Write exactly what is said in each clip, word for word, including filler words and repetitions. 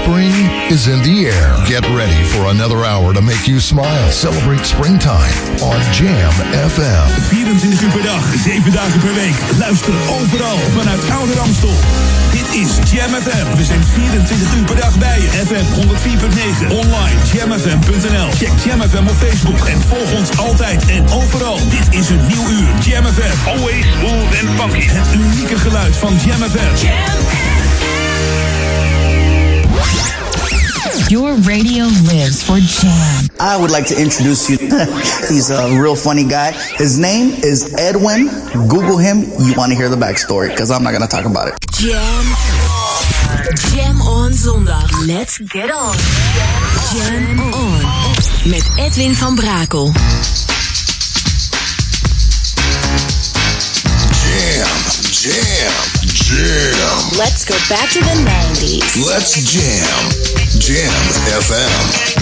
Spring is in the air. Get ready for another hour to make you smile. Celebrate springtime on Jam F M. vierentwintig uur per dag, zeven dagen per week. Luister overal vanuit Oude Ramstel. Dit is Jam F M. We zijn vierentwintig uur per dag bij je. F M honderd vier punt negen. Online jam f m punt n l. Check Jam F M op Facebook. En volg ons altijd en overal. Dit is een nieuw uur. Jam F M. Always smooth and funky. Het unieke geluid van Jam F M. Jam F M. Your radio lives for Jam. I would like to introduce you. He's a real funny guy. His name is Edwin. Google him. You want to hear the backstory because I'm not going to talk about it. Jam. Jam on zondag. Let's get on. Jam on. Met Edwin van Brakel. Jam, jam, jam. Let's go back to the nineties. Let's jam. Jam F M.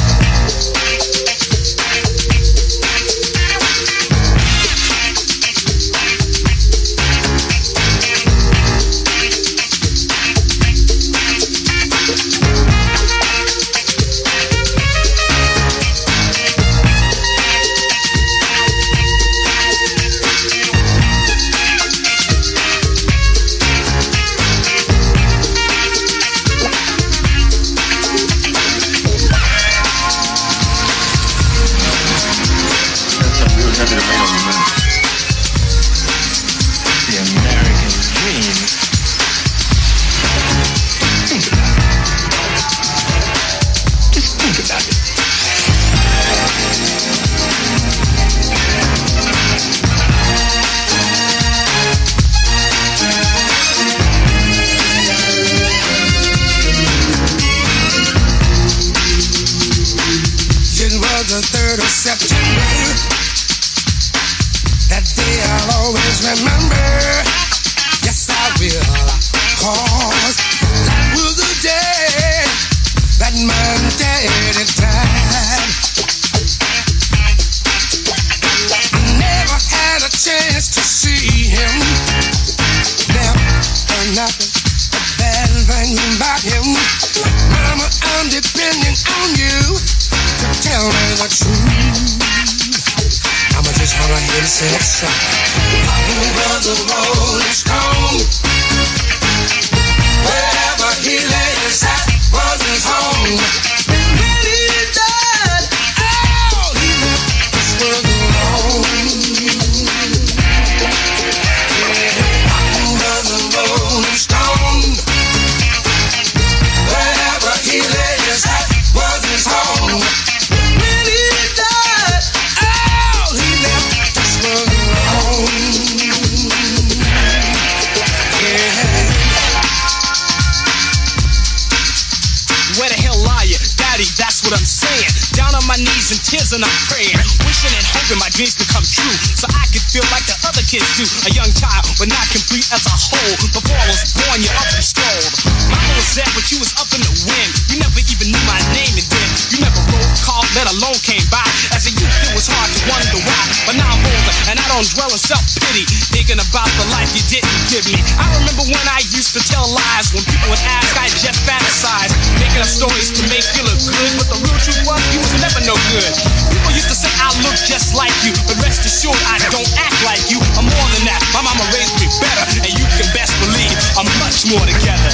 And I'm praying, wishing and hoping my dreams could come true, so I could feel like the other kids do. A young child, but not complete as a whole. Before I was born, you up and strolled. Mama was there, but you was up in the wind. You never even knew my name, and then you never wrote, called, let alone came by. As a youth, it was hard to wonder why, but now I'm older and I don't dwell in self-pity, thinking about the life you didn't give me. I remember when I used to tell lies. When people would ask, I just fantasized, making up stories to make you look good, but the real truth was you was never no good. People used to say I look just like you, but rest assured I don't act like you. I'm more than that. My mama raised me better, and you can best believe I'm much more together.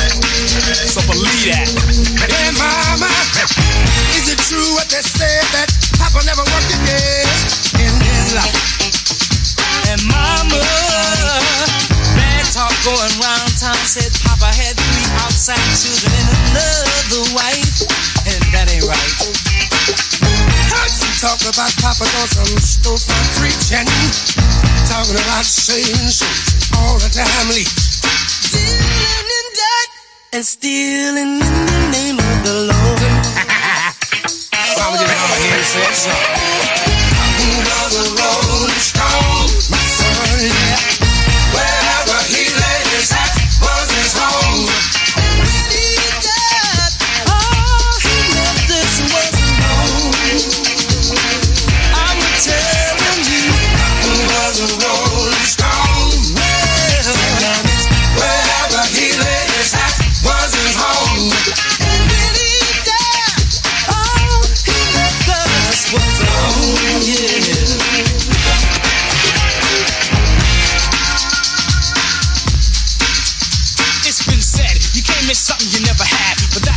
So believe that. Hey mama, is it true what they say that Papa never worked a day in his life? And mama, bad talk going round town said Papa had three outside children and another wife, and that ain't right. Heard some talk about Papa doing some storefront preaching, talking about saving souls all the time leaks. Dealing in debt and stealing in the name of the Lord. Mama just come here and say so. He was a rolling stone, my son, yeah. Wherever he laid his hat was his home. When he died, all he left us was alone. I'm telling you, he was a rolling stone. Well, wherever he laid his hat was his home.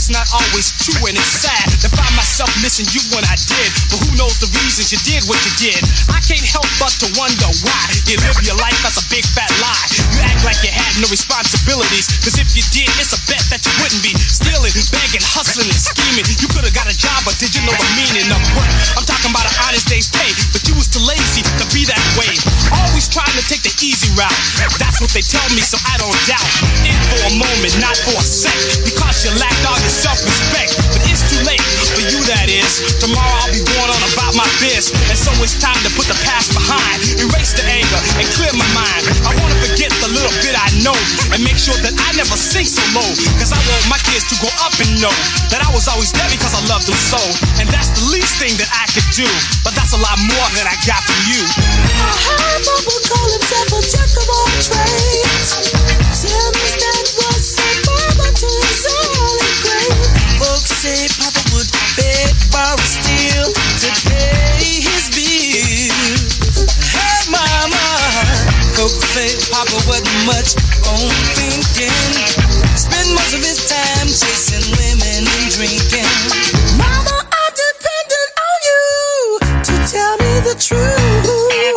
that's not always true, and it's sad to find myself missing you when I did. But who knows the reasons you did what you did? I can't help but to wonder why you live your life as a big fat lie. You act like you had no responsibilities, cause if you did, it's a bet that you wouldn't be stealing, begging, hustling, and scheming. You could've got a job, but did you know the meaning of work? I'm talking about an honest day's pay, but you was too lazy to be that way. Always trying to take the easy route. That's what they tell me, so I don't doubt. In for a moment, not for a sec, because you lacked all your self-respect. But it's too late for you, that is. Tomorrow I'll be going on about my biz, and so it's time to put the past behind, erase the anger, and clear my mind. I wanna forget the little bit I know, and make sure that I never sink so low, cause I want my kids to grow up and know that I was always there because I loved them so. And that's the least thing that I could do, but that's a lot more than I got from you. I heard Papa call himself a jack of all trades. Tell me that was said Mama to his early grave. Folks say Papa would beg, borrow, steal to pay his bills. Hey Mama, folks say Papa wasn't much on thinking. Spend most of his time chasing women and drinking. Mama, I'm dependent on you to tell me the truth.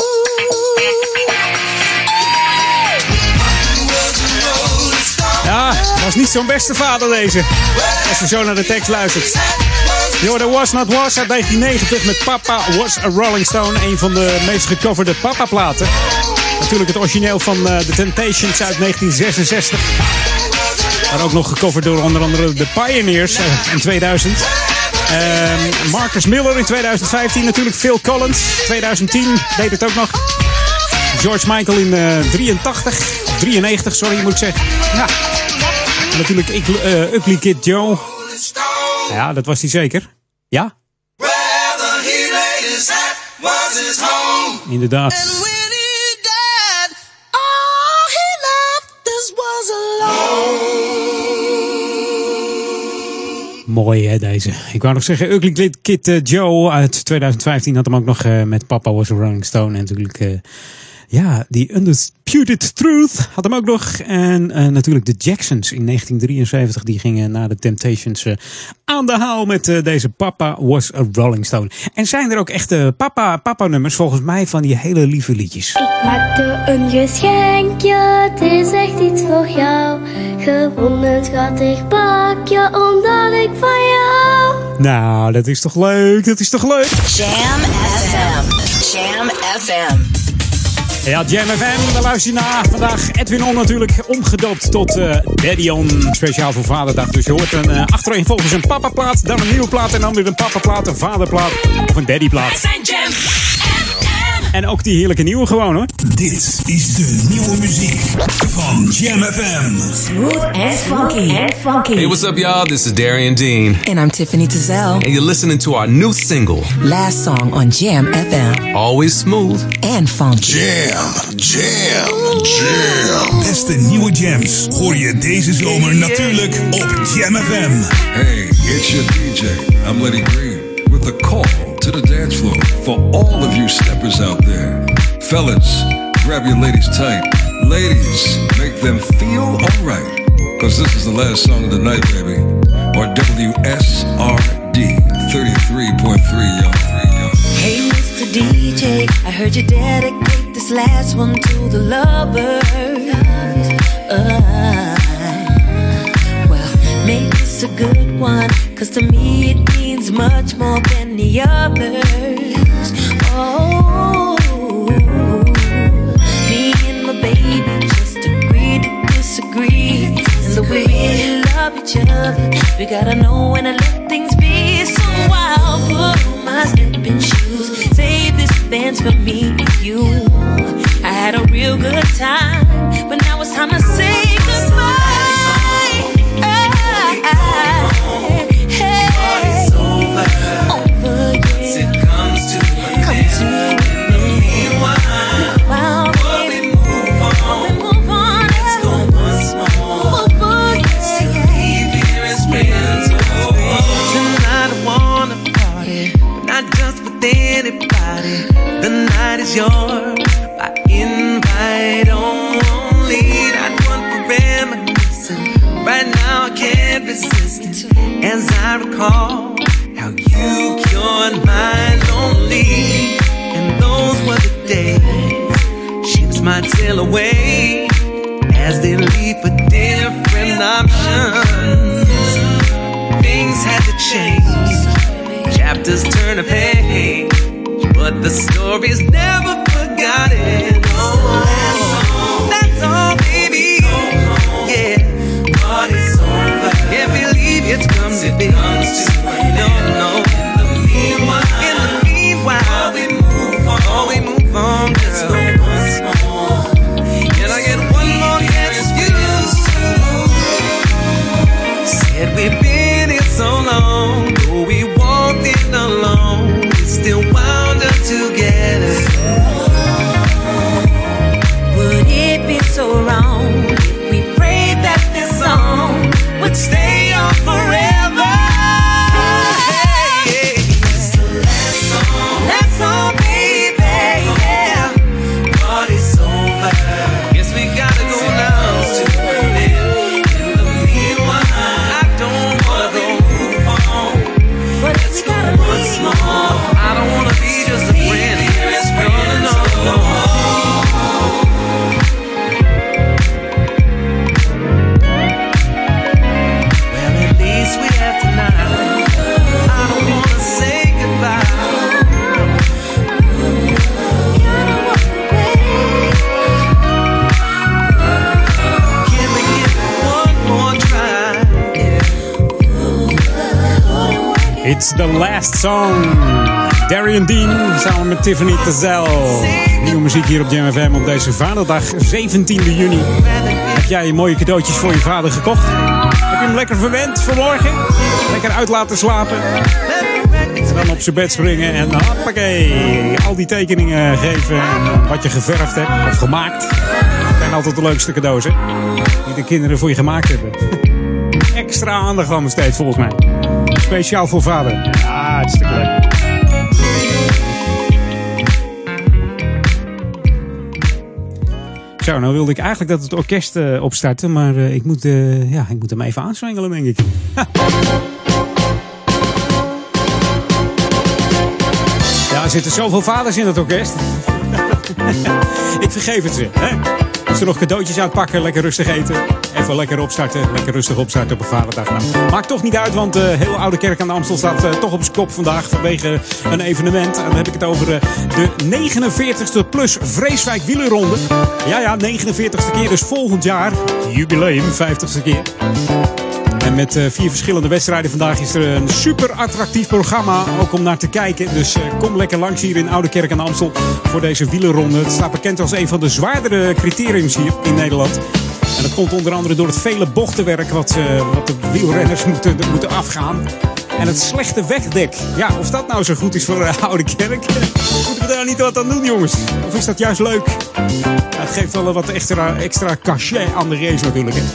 Ja, was niet zo'n beste vader deze. Als je zo naar de tekst luistert. Je hoorde Was Not Was uit negentien negentig met Papa Was a Rolling Stone. Een van de meest gecoverde Papa-platen. Natuurlijk het origineel van uh, The Temptations uit negentien zesenzestig. Maar ook nog gecoverd door onder andere The Pioneers uh, in tweeduizend. Uh, Marcus Miller in tweeduizend vijftien natuurlijk. Phil Collins tweeduizend tien deed het ook nog. George Michael in uh, drieëntachtig. Of drieënnegentig, sorry moet ik zeggen. Ja. En natuurlijk uh, Ugly Kid Joe. Ja, dat was hij zeker. Ja? Inderdaad. Mooi hè, deze. Ik wou nog zeggen, Ugly Kid uh, Joe uit tweeduizend vijftien had hem ook nog uh, met Papa Was a Rolling Stone. En natuurlijk, uh, ja, die Undisputed Truth had hem ook nog. En uh, natuurlijk de Jacksons in negentien drieënzeventig, die gingen na de Temptations uh, aan de haal met uh, deze Papa Was a Rolling Stone. En zijn er ook echte papa, papa nummers volgens mij van die hele lieve liedjes. Ik maakte een geschenkje, het is echt iets voor jou. Gewoon een schattig pakje, omdat ik van jou. Nou, dat is toch leuk, dat is toch leuk. Jam F M. Jam F M. Ja, Jam F M, daar luister je naar. Vandaag Edwin On natuurlijk, omgedoopt tot uh, Daddy On. Speciaal voor Vaderdag. Dus je hoort een uh, achtereenvolgens een papaplaat, dan een nieuwe plaat en dan weer een papaplaat, een vaderplaat of een daddyplaat. Wij zijn Jam F M. En ook die heerlijke nieuwe gewoon hoor. Dit is de nieuwe muziek van Jam F M. Smooth and funky. And funky. Hey, what's up, y'all? This is Darian Dean. And I'm Tiffany Tizelle. And you're listening to our new single, Last Song on Jam F M. Always smooth and funky. Jam, jam, jam. Beste nieuwe jams hoor je deze zomer natuurlijk op Jam F M. Hey, it's your D J. I'm Lenny Green with a call to the dance floor for all of you steppers out there. Fellas, grab your ladies tight. Ladies, make them feel alright. Cause this is the last song of the night, baby. Or W S R D thirty-three point three, y'all. Hey, Mister D J, I heard you dedicate this last one to the lovers. Uh, well, make this a good one, cause to me it means much more than the others. Oh, me and my baby just agreed to disagree. And the way we really love each other, we gotta know when to let things be. So I'll put on my stepping shoes, save this dance for me and you. I had a real good time, but now it's time to say goodbye. Party's over. Over, yeah. Once it comes to an Come end, to meanwhile, wow, before we move on, we move on. let's go once more. Move on, Let's yeah, to yeah. leave here as friends. Oh, oh. Tonight I wanna party, but not just with anybody. The night is yours, by invite only. Not one for reminiscing. Right now I can't resist it. as I recall how you cured my lonely, and those were the days ships might sail away as they leave for different options. Things had to change, chapters turn a page, but the story's never forgotten. Oh, that's all, baby. Yeah, party's over. Can't believe it's come to be. No, no. In the meanwhile, in the meanwhile, while we move on, while we move on, let's go once more. Can I get one more excuse? Said we've been here so long, though we walked in alone, we still wound up together. Would it be so wrong if we prayed that this song would stay on forever? Hey, it's the last song. Last song, baby. Yeah. Party's over. Guess we gotta go now. In the meanwhile, I don't wanna go move on, but let's go once more. I don't wanna be just a friend. No, no, no. It's the last song. Darian Dean samen met Tiffany Tezel. Nieuwe muziek hier op Jam F M op deze vaderdag zeventiende juni. Heb jij je mooie cadeautjes voor je vader gekocht? Heb je hem lekker verwend vanmorgen? Lekker uit laten slapen? En dan op zijn bed springen en hoppakee. Al die tekeningen geven en wat je geverfd hebt of gemaakt. Dat zijn altijd de leukste cadeaus, hè? Die de kinderen voor je gemaakt hebben. Extra aandacht aan besteed volgens mij. Speciaal voor vader. Ja, hartstikke leuk. Zo, nou wilde ik eigenlijk dat het orkest uh, opstartte, maar uh, ik, moet, uh, ja, ik moet hem even aanzwengelen, denk ik. Ja, er zitten zoveel vaders in het orkest. Ik vergeef het ze, hè? Als ze nog cadeautjes uitpakken, lekker rustig eten. Even lekker opstarten, lekker rustig opstarten op een vaderdag. Nou, maakt toch niet uit, want de uh, heel Oude Kerk aan de Amstel staat uh, toch op zijn kop vandaag vanwege een evenement. En dan heb ik het over uh, de negenenveertigste plus Vreeswijk wielerronde. Ja, ja, negenenveertigste keer, dus volgend jaar jubileum, vijftigste keer. En met uh, vier verschillende wedstrijden vandaag is er een super attractief programma ook om naar te kijken. Dus uh, kom lekker langs hier in Oude Kerk aan de Amstel voor deze wielerronde. Het staat bekend als een van de zwaardere criteriums hier in Nederland. En dat komt onder andere door het vele bochtenwerk wat, uh, wat de wielrenners moeten, moeten afgaan. En het slechte wegdek. Ja, of dat nou zo goed is voor uh, Oude Kerk. Moeten we daar niet wat aan doen, jongens? Of is dat juist leuk? Ja, het geeft wel wat extra, extra cachet aan de race natuurlijk, hè.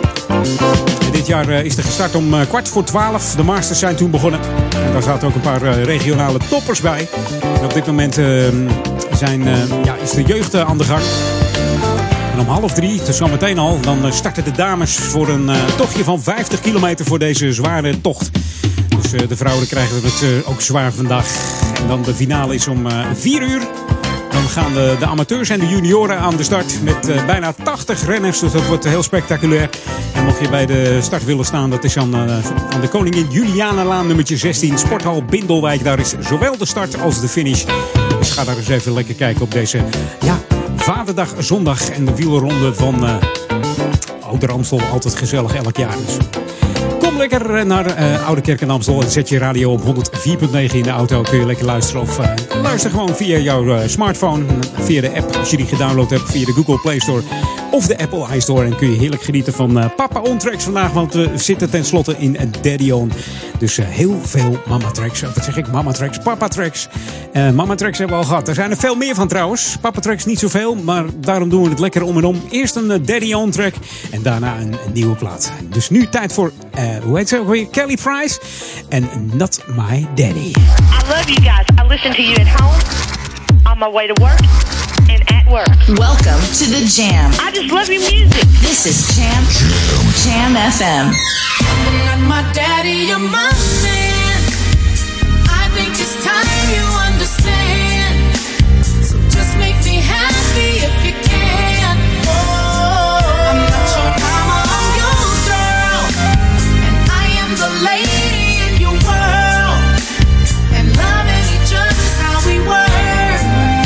En dit jaar uh, is er gestart om uh, kwart voor twaalf. De Masters zijn toen begonnen. En daar zaten ook een paar uh, regionale toppers bij. En op dit moment uh, zijn, uh, ja, is de jeugd uh, aan de gang. En om half drie, dus zometeen al, dan uh, starten de dames voor een uh, tochtje van vijftig kilometer voor deze zware tocht. Dus uh, de vrouwen krijgen het uh, ook zwaar vandaag. En dan de finale is om uh, vier uur. Dan gaan de, de amateurs en de junioren aan de start met uh, bijna tachtig renners. Dus dat wordt heel spectaculair. En mocht je bij de start willen staan, dat is aan, uh, aan de Koningin Julianalaan nummertje zestien. Sporthal Bindelwijk. Daar is zowel de start als de finish. Dus ga daar eens even lekker kijken op deze ja, Vaderdag, zondag en de wielronde van uh, Ouder Amstel. Altijd gezellig elk jaar. Dus kom lekker naar uh, Oude Kerk en Amstel en zet je radio op honderd vier komma negen in de auto. Kun je lekker luisteren of uh, luister gewoon via jouw uh, smartphone. Via de app als je die gedownload hebt. Via de Google Play Store of de Apple iStore. En kun je heerlijk genieten van uh, Papa On Tracks vandaag. Want we zitten tenslotte in Daddy On. Dus uh, heel veel Mama Tracks. Wat zeg ik? Mama Tracks, Papa Tracks. Uh, Mama Tracks hebben we al gehad. Er zijn er veel meer van trouwens. Papa Tracks niet zoveel. Maar daarom doen we het lekker om en om. Eerst een uh, Daddy On track. En daarna een, een nieuwe plaat. Dus nu tijd voor, uh, hoe heet ze ook weer? Kelly Price. En Not My Daddy. I love you guys. I listen to you at home. On my way to work. And at work. Welcome to the Jam. I just love your music. This is Jam, Jam F M. Not my my daddy, you're my man. I think it's time you understand. So just make me happy if you can. Oh, I'm not your mama, I'm your girl, and I am the lady in your world. And loving each other's how we work.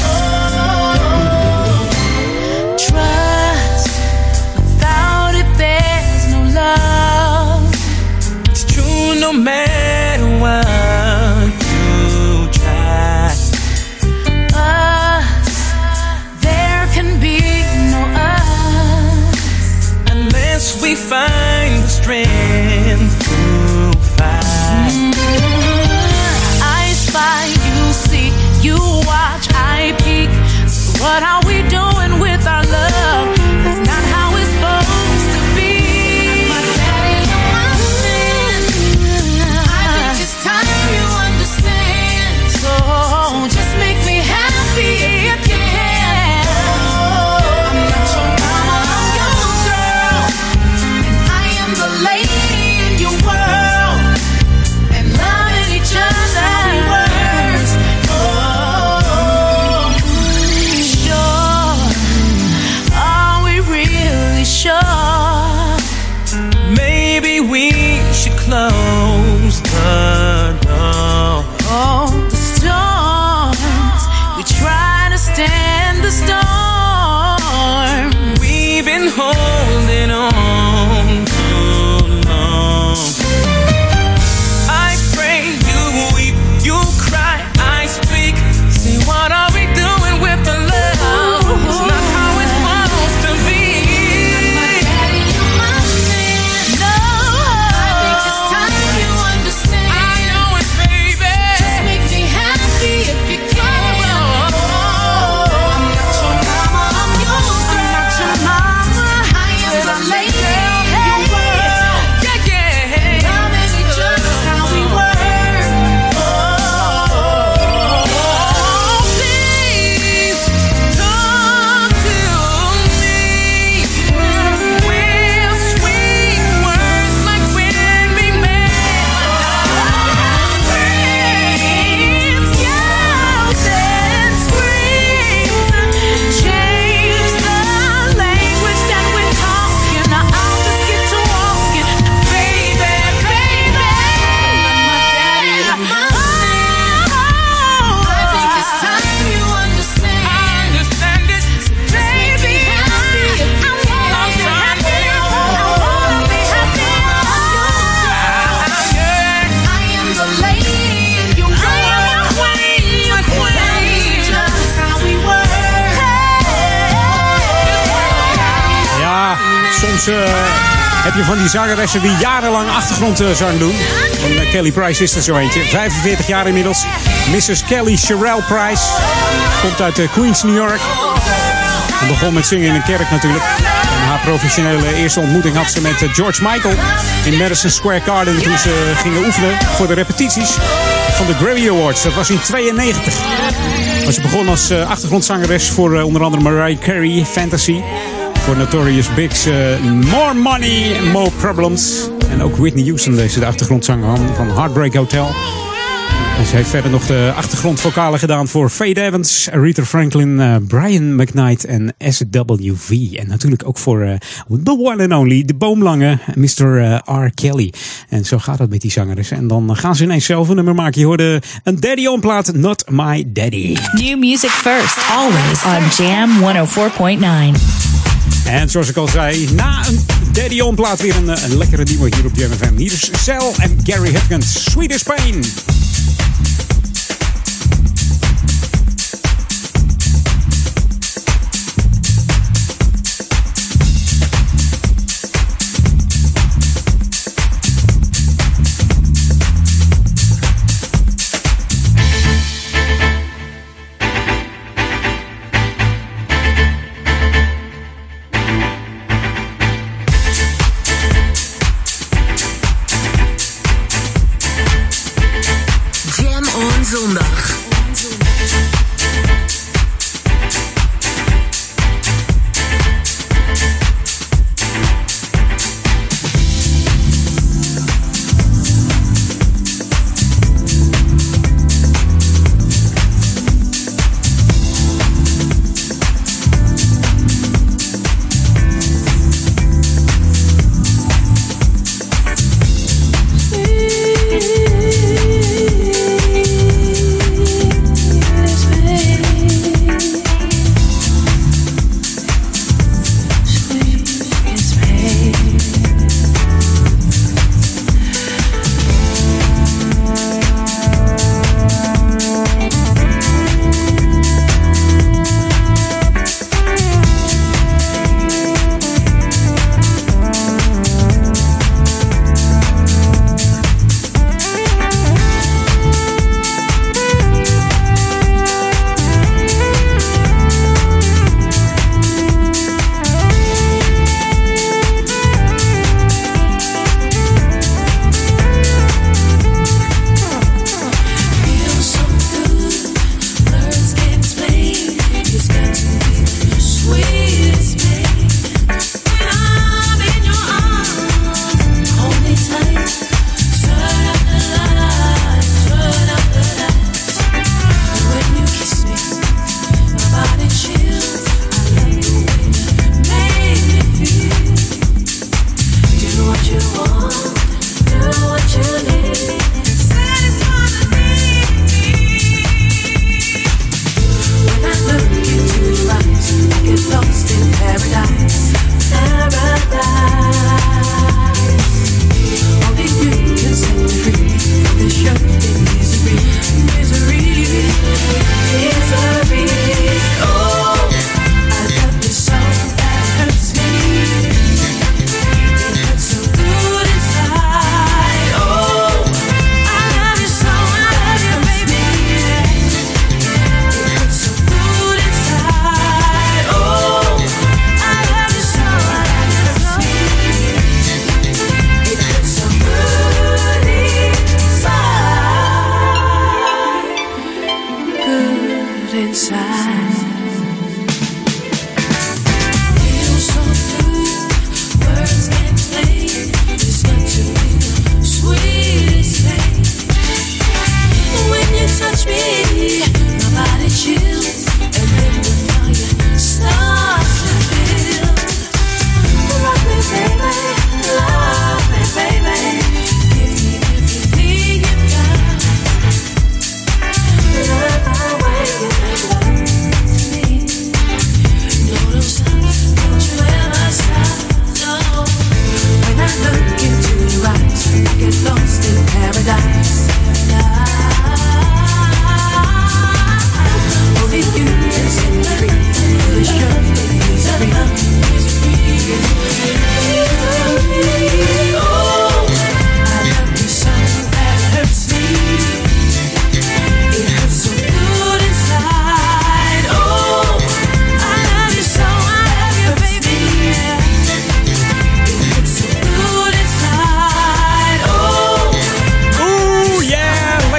Oh, trust. Without it, there's no love. It's true no matter what you try. Us, there can be no us unless we find the strength to fight. Mm-hmm. I spy, you see, you watch, I peek. So what are we doing with our love? That's not how it's supposed to be. My daddy, you're my man. I think it's time you understand. So just make me happy if you can. Oh, I'm not your mama, I'm your girl, and I am the lady in your world. And loving each other works. Oh, sure. Are we really sure? Maybe we should close the door. Oh, the storms. We try to stand the storm. We've been holding on too long. I pray you weep, you cry, I speak. See, what are we doing with the love? It's not how it's supposed to be. My daddy, you're my man. No, I think it's time you understand. I know it, baby. Just make me happy if you can. Oh, I'm not your mama, I'm your girl. I'm not your mama, I am the lady in your world. Yeah, yeah. Loving each other's how we work. Oh, Please talk to me with sweet words like when we met. screams, yells and screams. Change the language that we're talking. Now I'll just get to walking, baby, baby. My daddy, my man. I think it's time you understand. Understand it, Baby, happy if you can. I wanna be happy. I wanna be happy. I am the lady in your world. queen, a queen. Just how we work. Ja, soms eh, heb je van die zangeressen die jarenlang achtergrondzang doen. En eh, Kelly Price is er zo eentje. vijfenveertig jaar inmiddels. missus Kelly Sherelle Price. Komt uit eh, Queens, New York. En begon met zingen in een kerk natuurlijk. En haar professionele eerste ontmoeting had ze met eh, George Michael in Madison Square Garden. Toen ze gingen oefenen voor de repetities van de Grammy Awards. Dat was in tweeënnegentig. Maar ze begon als eh, achtergrondzangeres voor eh, onder andere Mariah Carey, Fantasy. Voor Notorious Big's uh, More Money, More Problems. En ook Whitney Houston, deze de achtergrondzanger van, van Heartbreak Hotel. En ze heeft verder nog de achtergrondvokalen gedaan voor Faith Evans, Aretha Franklin, uh, Brian McKnight en S W V. En natuurlijk ook voor uh, the one and only, de boomlange mister Uh, R. Kelly. En zo gaat het met die zangeres. En dan gaan ze ineens zelf een nummer maken. Je hoorde een Daddy on plaat, Not My Daddy. New music first, always on Jam honderdvier komma negen. En zoals ik al zei, na een Daddy on plaat weer een, een lekkere nieuwe hier op Jam F M. Hier is Cell en Gary Hipkins, Sweet as Pain. Zondag.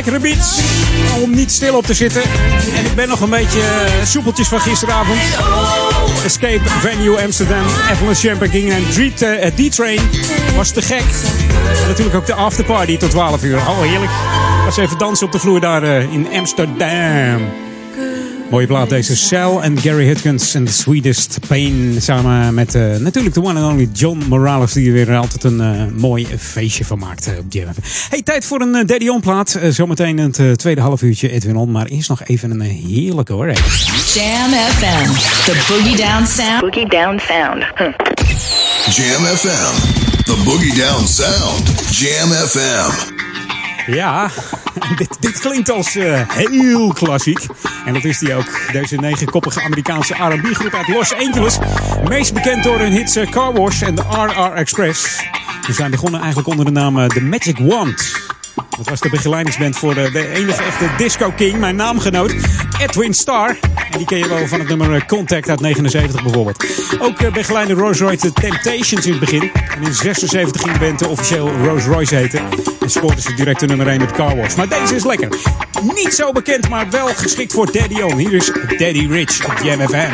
lekkere beats om niet stil op te zitten. En ik ben nog een beetje uh, soepeltjes van gisteravond. Escape Venue Amsterdam, Avalanche Champagne en D-Train was te gek. En natuurlijk ook de afterparty tot twaalf uur. Oh, heerlijk. Was even dansen op de vloer daar uh, in Amsterdam. Mooie plaat deze. Sal en Gary Hudgens en The Sweetest Pain. Samen met uh, natuurlijk de one and only John Morales. Die er weer altijd een uh, mooi feestje van maakt uh, op Jam F M. Hey, tijd voor een uh, Daddy On plaat. Uh, zometeen het uh, tweede half uurtje Edwin On. Maar eerst nog even een uh, heerlijke hoor. Hey. Jam F M. The Boogie Down Sound. Boogie Down Sound. Huh. Jam F M. The Boogie Down Sound. Jam F M. Ja, dit, dit klinkt als uh, heel klassiek. En dat is die ook. Deze negenkoppige Amerikaanse R en B groep uit Los Angeles. Meest bekend door hun hits uh, Car Wash en de R R Express. Ze zijn begonnen eigenlijk onder de naam uh, The Magic Wand. Dat was de begeleidingsband voor de, de enige echte Disco King, mijn naamgenoot Edwin Starr. En die ken je wel van het nummer Contact uit negenenzeventig bijvoorbeeld. Ook uh, begeleide Rolls Royce de Temptations in het begin. En in zesenzeventig ging de band officieel Rolls Royce heten. En scoorde ze direct de nummer één met Car Wash. Maar deze is lekker. Niet zo bekend, maar wel geschikt voor Daddy On. Hier is Daddy Rich op Jam F M.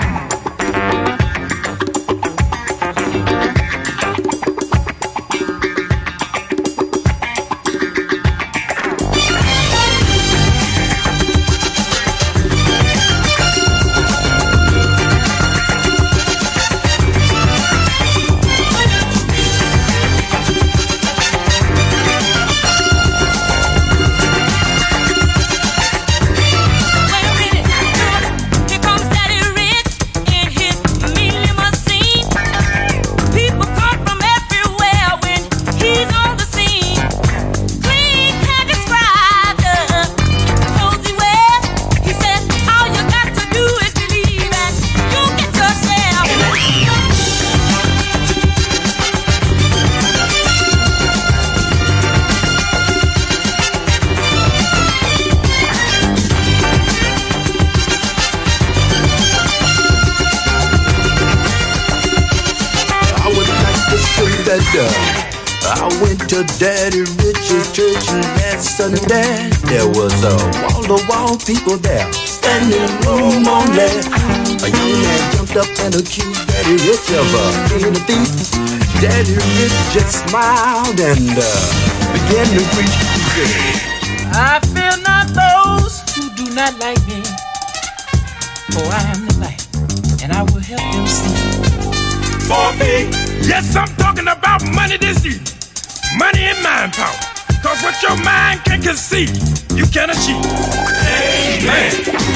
I went to Daddy Rich's church last Sunday. There was a wall-to-wall people there, standing room only. A young man jumped up and accused Daddy Rich of uh, being a thief. Daddy Rich just smiled and uh, began to preach. I fear not those who do not like me, for I am the light, and I will help them see. For me, yes, I'm talking about money this evening. Money and mind power. Cause what your mind can conceive, you can achieve. Amen.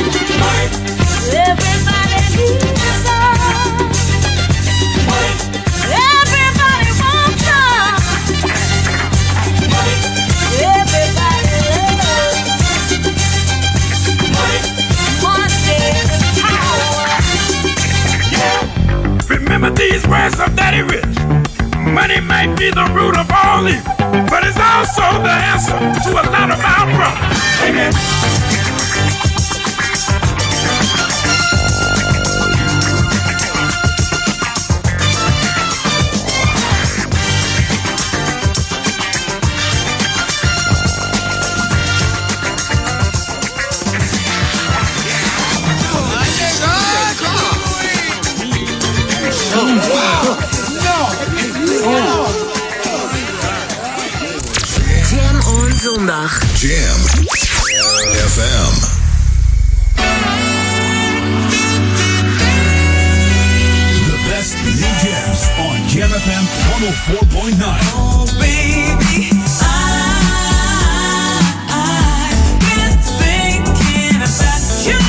Everybody needs some. Everybody wants some. Everybody loves money and power. Yeah. Remember these words of Daddy Rich. Money might be the root of all evil, but it's also the answer to a lot of our problems. Amen. Jam on zondag. Jam F M. The best new jams on Jam F M one oh four point nine. Oh, baby, I, I've been thinking about your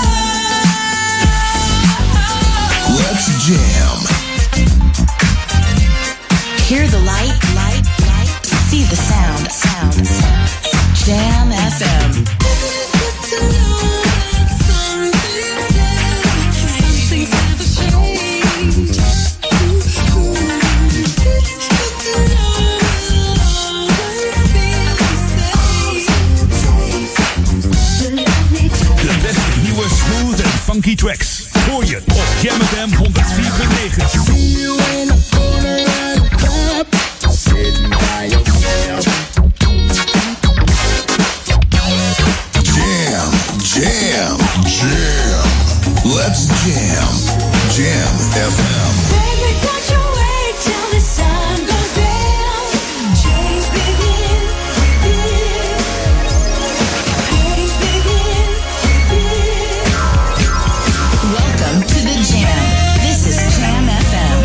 love. Let's jam. Hear the light, light, light. See the sound, sound, sound. Jam F M. De beste nieuwe, smooth en funky tracks. Hoor je op Jam F M honderd vier punt negen. Sitting by yourself. Jam. Jam F M. Baby, don't you wait till the sun goes down. Change begins within. Change begins within. Welcome to the Jam. This is Jam F M.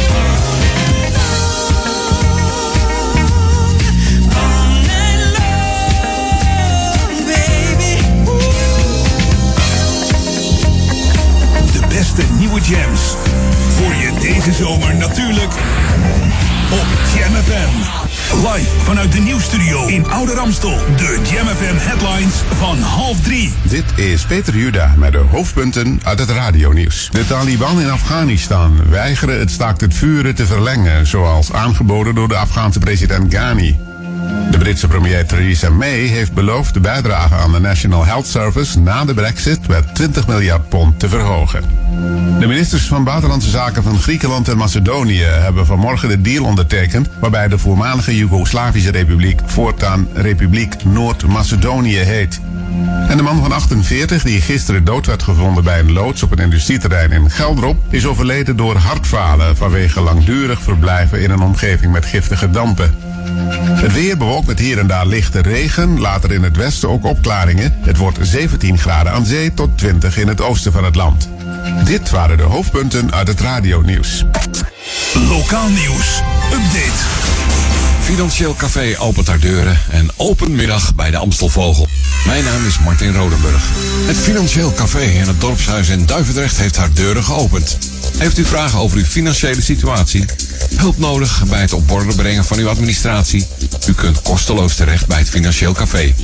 De beste nieuwe jams voor je deze zomer natuurlijk op Jam F M. Live vanuit de nieuwsstudio in Oude Ramstel. De Jam F M headlines van half drie. Dit is Peter Juda met de hoofdpunten uit het radionieuws. De Taliban in Afghanistan weigeren het staakt het vuren te verlengen, zoals aangeboden door de Afghaanse president Ghani. De Britse premier Theresa May heeft beloofd de bijdrage aan de National Health Service na de Brexit met twintig miljard pond te verhogen. De ministers van Buitenlandse Zaken van Griekenland en Macedonië hebben vanmorgen de deal ondertekend waarbij de voormalige Joegoslavische Republiek voortaan Republiek Noord-Macedonië heet. En de man van achtenveertig die gisteren dood werd gevonden bij een loods op een industrieterrein in Geldrop is overleden door hartfalen vanwege langdurig verblijven in een omgeving met giftige dampen. Het weer bewolkt met hier en daar lichte regen, later in het westen ook opklaringen. Het wordt zeventien graden aan zee tot twintig in het oosten van het land. Dit waren de hoofdpunten uit het radionieuws. Lokaal nieuws. Update. Financieel Café opent haar deuren en open middag bij de Amstelvogel. Mijn naam is Martin Rodenburg. Het Financieel Café in het dorpshuis in Duivendrecht heeft haar deuren geopend. Heeft u vragen over uw financiële situatie? Hulp nodig bij het op orde brengen van uw administratie? U kunt kosteloos terecht bij het Financieel Café.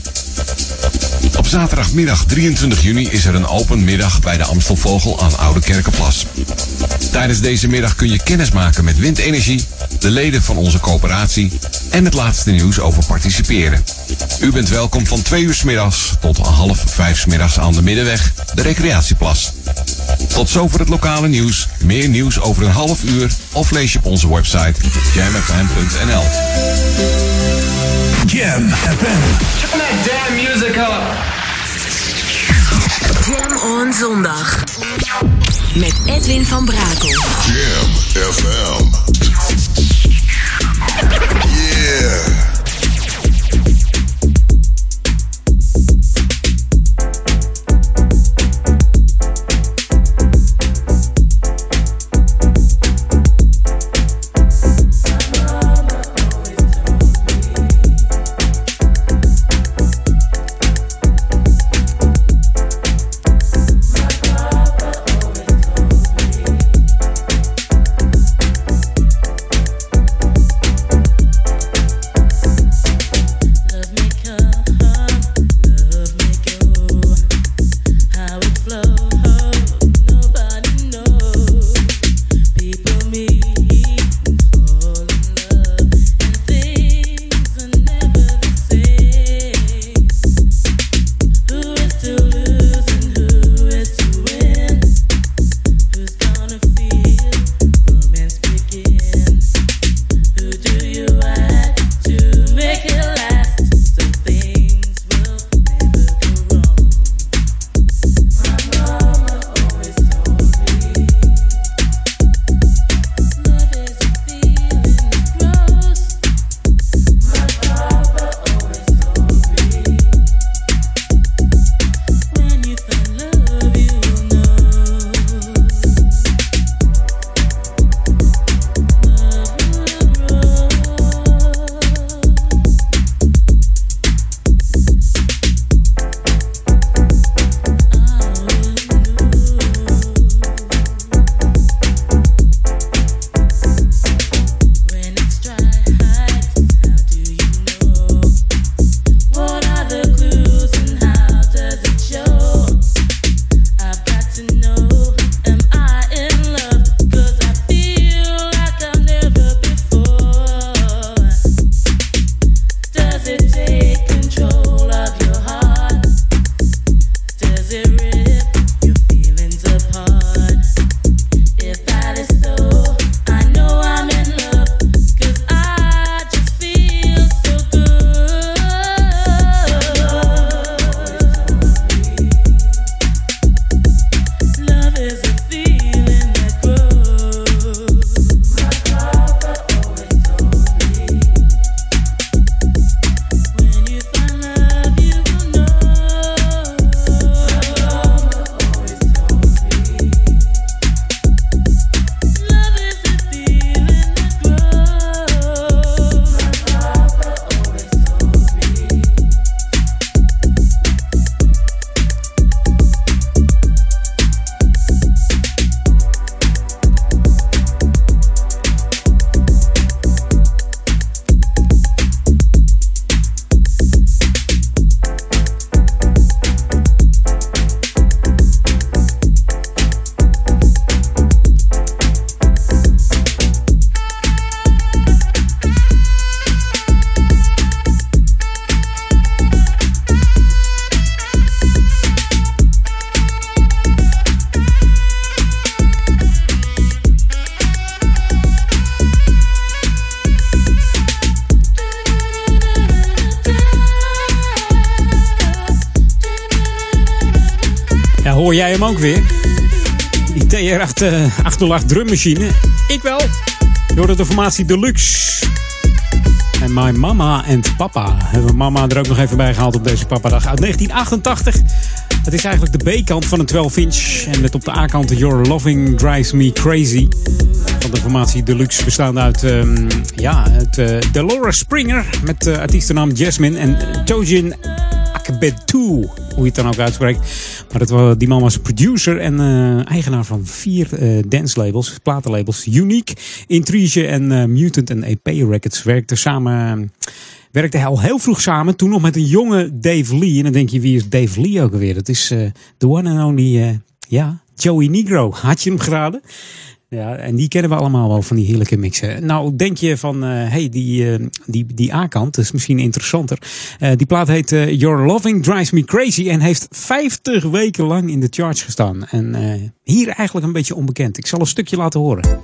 Op zaterdagmiddag drieëntwintig juni is er een open middag bij de Amstelvogel aan Oude Kerkenplas. Tijdens deze middag kun je kennis maken met windenergie, de leden van onze coöperatie en het laatste nieuws over participeren. U bent welkom van twee uur 's middags tot half vijf 's middags aan de Middenweg, de recreatieplas. Tot zover het lokale nieuws. Meer nieuws over een half uur of lees je op onze website jam f m punt n l. Jam F M. Turn that damn music up. Jam on zondag. Met Edwin van Brakel. Jam F M. Yeah. hoor jij hem ook weer. Die T R achthonderdacht drummachine. Ik wel. Door de formatie Deluxe. En My Mama and Papa. Hebben we mama er ook nog even bij gehaald op deze papadag. Uit negentien achtentachtig. Het is eigenlijk de B-kant van een twaalf inch. En met op de A-kant Your Loving Drives Me Crazy. Van de formatie Deluxe bestaande uit um, ja, het, uh, Delora Springer. Met uh, artiestennaam Jasmine en Tojin Akbetu. Hoe je het dan ook uitspreekt. Maar dat was, die man was producer en uh, eigenaar van vier uh, dancelabels, platenlabels. Unique, Intrige en uh, Mutant en E P Records. Werkte samen... Uh, Werkte hij al heel vroeg samen, toen nog met een jonge Dave Lee. En dan denk je, wie is Dave Lee ook alweer? Dat is uh, the one and only, uh, ja, Joey Negro. Had je hem geraden? Ja, en die kennen we allemaal wel van die heerlijke mixen. Nou, denk je van, hé, uh, hey, die, uh, die, die A-kant, dat is misschien interessanter. Uh, die plaat heet uh, Your Loving Drives Me Crazy en heeft vijftig weken lang in de charts gestaan. En uh, hier eigenlijk een beetje onbekend. Ik zal een stukje laten horen.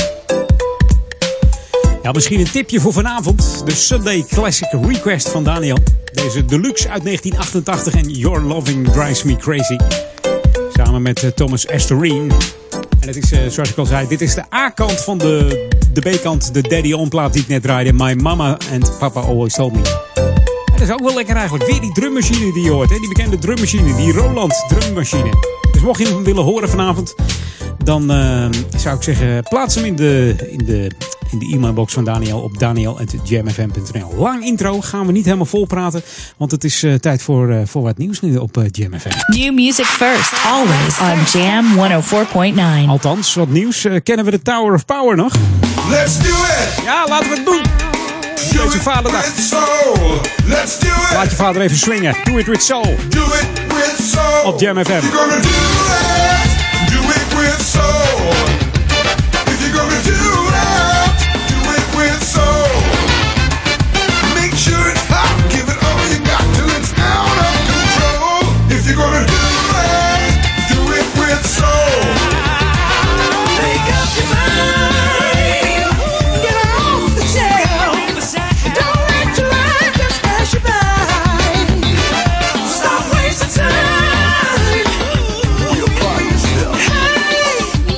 Ja, misschien een tipje voor vanavond. De Sunday Classic Request van Daniel. Deze Deluxe uit negentien achtentachtig en Your Loving Drives Me Crazy. Samen met uh, Thomas Astorine. En het is, uh, zoals ik al zei, dit is de A-kant van de, de B-kant. De Daddy On plaat die ik net draaide. My Mama and Papa Always Told Me. En dat is ook wel lekker eigenlijk. Weer die drummachine die je hoort. Hè? Die bekende drummachine. Die Roland drummachine. Dus mocht je hem willen horen vanavond... dan uh, zou ik zeggen, plaats hem in de, in de, in de e-mailbox van Daniel op daniel at jam f m punt n l. Lang intro, gaan we niet helemaal vol praten, want het is uh, tijd voor, uh, voor wat nieuws nu op uh, Jam F M. New music first, always on Jam honderdvier komma negen. Althans, wat nieuws. Uh, kennen we de Tower of Power nog? Let's do it! Ja, laten we het doen! Do Deze vaderdag. With soul. Let's do it! Laat je vader even swingen. Do it with soul. Do it with soul. Op Jam F M. You're gonna do it! Do it with soul. If you're gonna do it, do it with soul. Make sure it's hot, give it all you got till it's out of control. If you're gonna do it, do it with soul. Make up your mind, get off the shelf. Don't let your life just pass you by. Stop wasting time.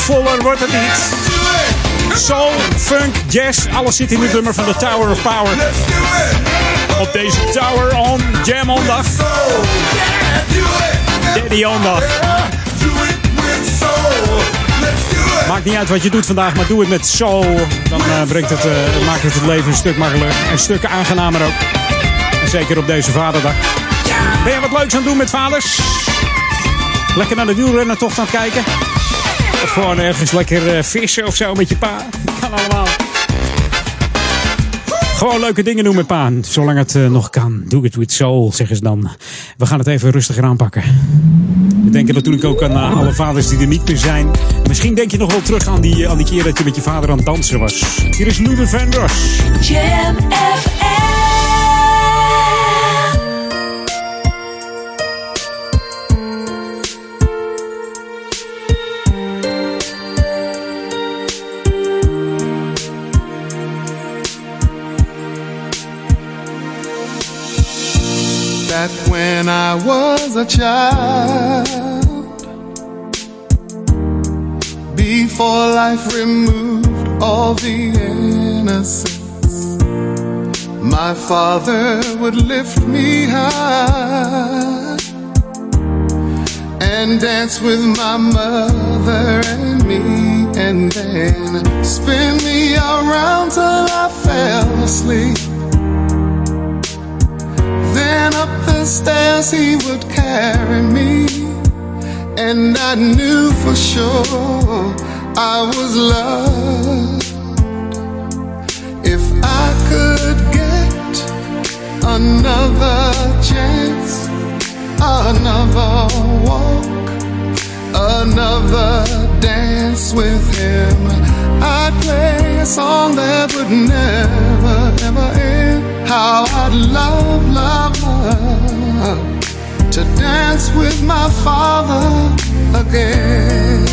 soulvoller wordt het niet. Soul, funk, jazz, alles zit in het nummer van de Tower of Power. Op deze Tower on Jam on dag. Daddy on dag. Maakt niet uit wat je doet vandaag, maar doe het met soul. Dan uh, brengt het, uh, maakt het het leven een stuk makkelijker. En een stuk aangenamer ook. En zeker op deze vaderdag. Ben je wat leuks aan het doen met vaders? Lekker naar de wielrennertocht aan het kijken? Of gewoon ergens lekker uh, vissen of zo met je pa? Kan allemaal. Gewoon leuke dingen doen met pa. Zolang het uh, nog kan. Doe it with soul, zeggen ze dan. We gaan het even rustiger aanpakken. We denken natuurlijk ook aan uh, alle vaders die er niet meer zijn. Misschien denk je nog wel terug aan die, uh, aan die keer dat je met je vader aan het dansen was. Hier is Luther Vandross. Jam F M. That when I was a child, before life removed all the innocence, my father would lift me high and dance with my mother and me, and then spin me around till I fell asleep. Then up the stairs he would carry me, and I knew for sure I was loved. If I could get another chance, another walk, another dance with him, I'd play a song that would never, ever end. How I'd love, love, love to dance with my father again.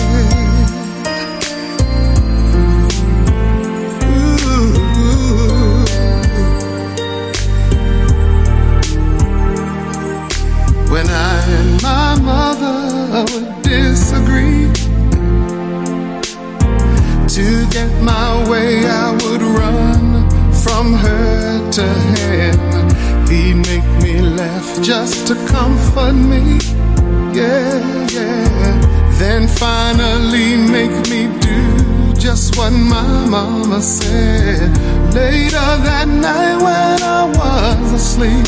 Ooh. When I and my mother would disagree, to get my way I would run from her to him. He'd make me laugh just to comfort me, yeah, yeah. Then finally make me do just what my mama said. Later that night when I was asleep,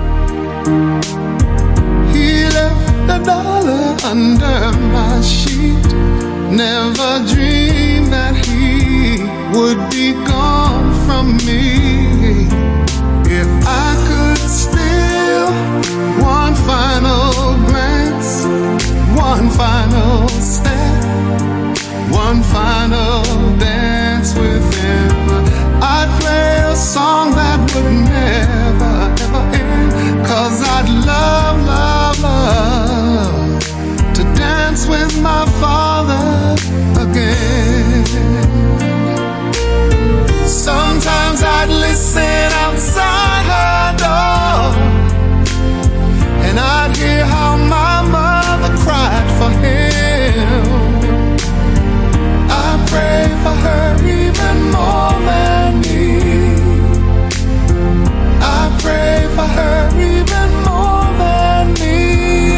he left a dollar under my sheet. Never dreamed that he would be gone from me. If I could steal one final glance, one final step, one final dance with him, I'd play a song that would never, ever end. Cause I'd love, love, love to dance with my father again. Sometimes I'd listen outside her door, and I'd hear how my mother cried for him. I pray for her even more than me. I pray for her even more than me.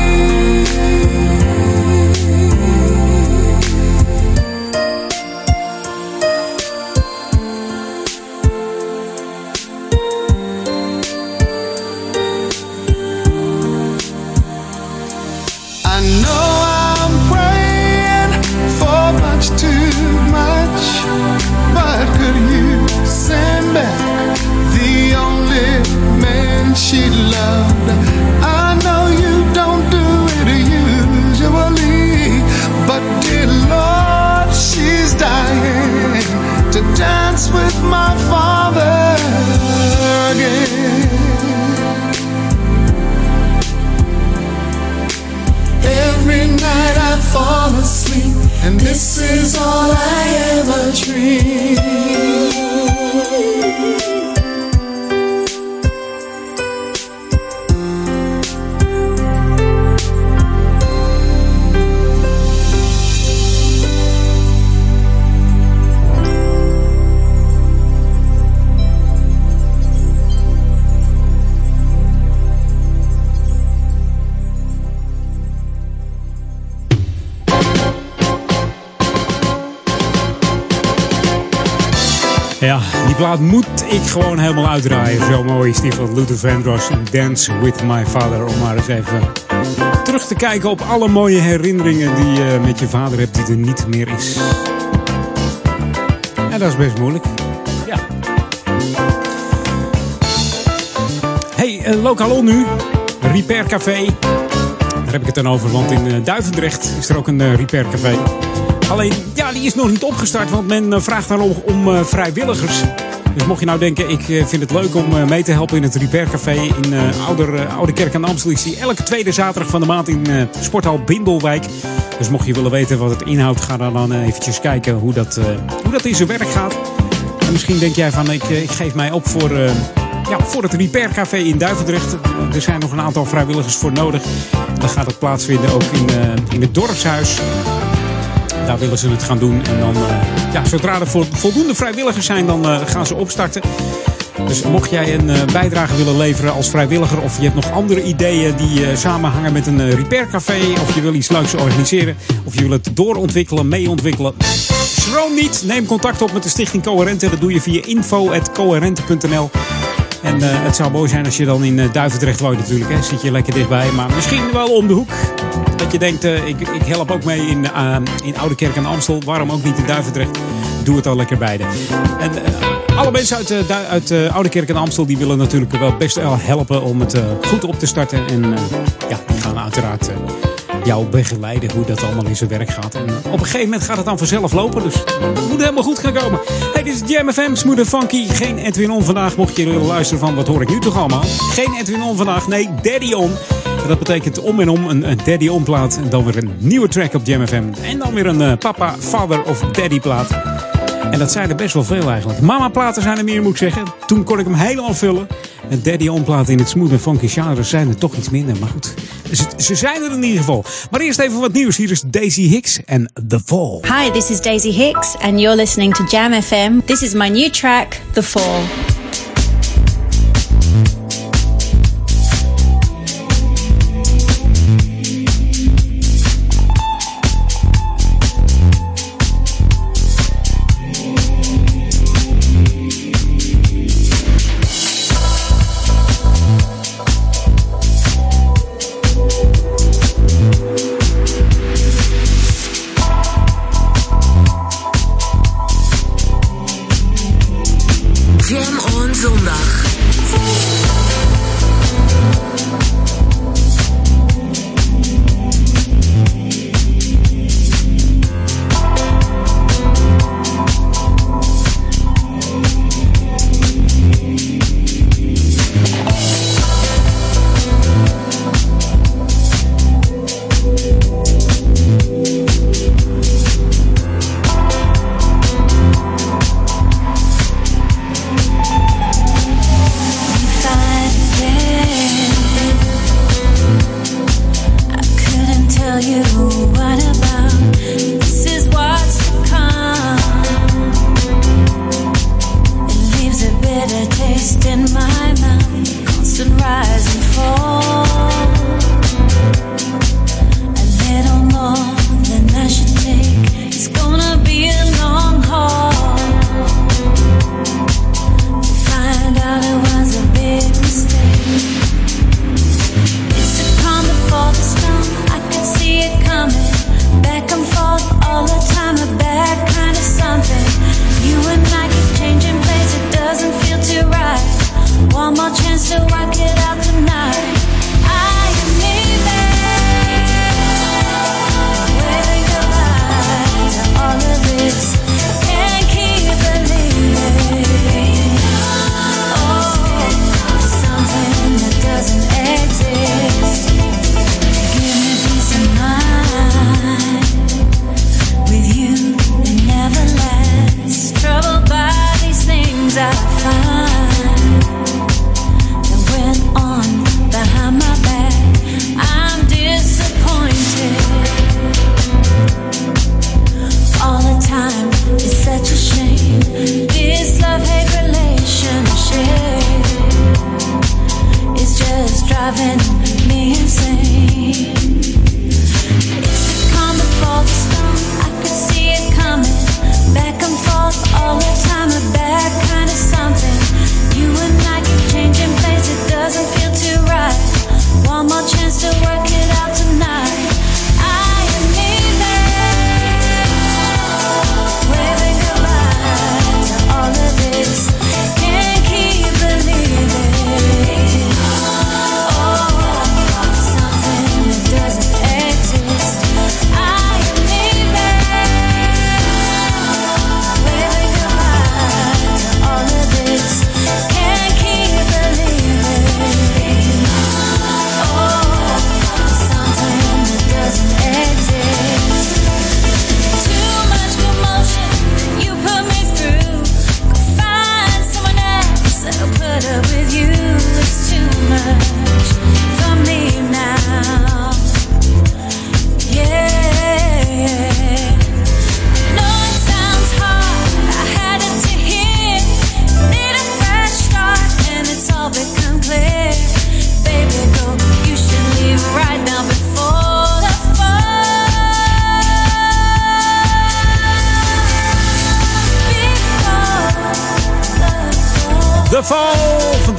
I know I'm praying for much too much, but could you send back the only man she loved? I know you don't do it usually, but dear Lord, she's dying to dance with my father again. Every night I fall asleep, and this is all I ever dream. Ja, die plaat moet ik gewoon helemaal uitdraaien. Zo mooi is die van Luther Vandross en Dance With My Father. Om maar eens even terug te kijken op alle mooie herinneringen die je met je vader hebt die er niet meer is. Ja, dat is best moeilijk. Ja. Hey, uh, lokaal nu. Repair Café. Daar heb ik het dan over, want in uh, Duivendrecht is er ook een uh, Repair Café. Alleen, ja, die is nog niet opgestart, want men uh, vraagt daarom om uh, vrijwilligers. Dus mocht je nou denken, ik uh, vind het leuk om uh, mee te helpen in het Repair Café in uh, Ouder, uh, Oude Kerk aan de Amstel. Is die elke tweede zaterdag van de maand in uh, Sporthal Bindelwijk. Dus mocht je willen weten wat het inhoudt, ga dan, dan uh, eventjes kijken hoe dat, uh, hoe dat in zijn werk gaat. En misschien denk jij van, ik, uh, ik geef mij op voor... Uh, Ja, voor het Repair Café in Duivendrecht. Er zijn nog een aantal vrijwilligers voor nodig. Dan gaat het plaatsvinden ook in, uh, in het dorpshuis. Daar willen ze het gaan doen. En dan, uh, ja, zodra er voldoende vrijwilligers zijn, dan uh, gaan ze opstarten. Dus mocht jij een uh, bijdrage willen leveren als vrijwilliger... of je hebt nog andere ideeën die uh, samenhangen met een uh, Repair Café... of je wil iets leuks organiseren... of je wil het doorontwikkelen, meeontwikkelen... schroom niet. Neem contact op met de Stichting Coherente. Dat doe je via info at coherente punt n l. En uh, het zou mooi zijn als je dan in uh, Duivendrecht woont natuurlijk. Hè. Zit je lekker dichtbij. Maar misschien wel om de hoek. Dat je denkt, uh, ik, ik help ook mee in, uh, in Oude Kerk aan de Amstel. Waarom ook niet in Duivendrecht? Doe het al lekker beide. En uh, alle mensen uit, uh, uit uh, Oude Kerk aan de Amstel... die willen natuurlijk wel best wel helpen om het uh, goed op te starten. En uh, ja, die gaan uiteraard... Uh, jou begeleiden hoe dat allemaal in zijn werk gaat. En op een gegeven moment gaat het dan vanzelf lopen. Dus het moet helemaal goed gaan komen. Hey, dit is Jam F M, Smooth en Funky. Geen Edwin On vandaag. Mocht je willen luisteren van wat hoor ik nu toch allemaal. Geen Edwin On vandaag. Nee, Daddy On. En dat betekent om en om een, een Daddy On plaat. En dan weer een nieuwe track op Jam F M. En dan weer een uh, Papa, Father of Daddy plaat. En dat zijn er best wel veel eigenlijk. Mama platen zijn er meer, moet ik zeggen. Toen kon ik hem helemaal vullen. En Daddy On platen in het smooth en funky genre zijn er toch iets minder. Maar goed, ze, ze zijn er in ieder geval. Maar eerst even wat nieuws. Hier is Daisy Hicks en The Fall. Hi, this is Daisy Hicks and you're listening to Jam F M. This is my new track, The Fall. Jam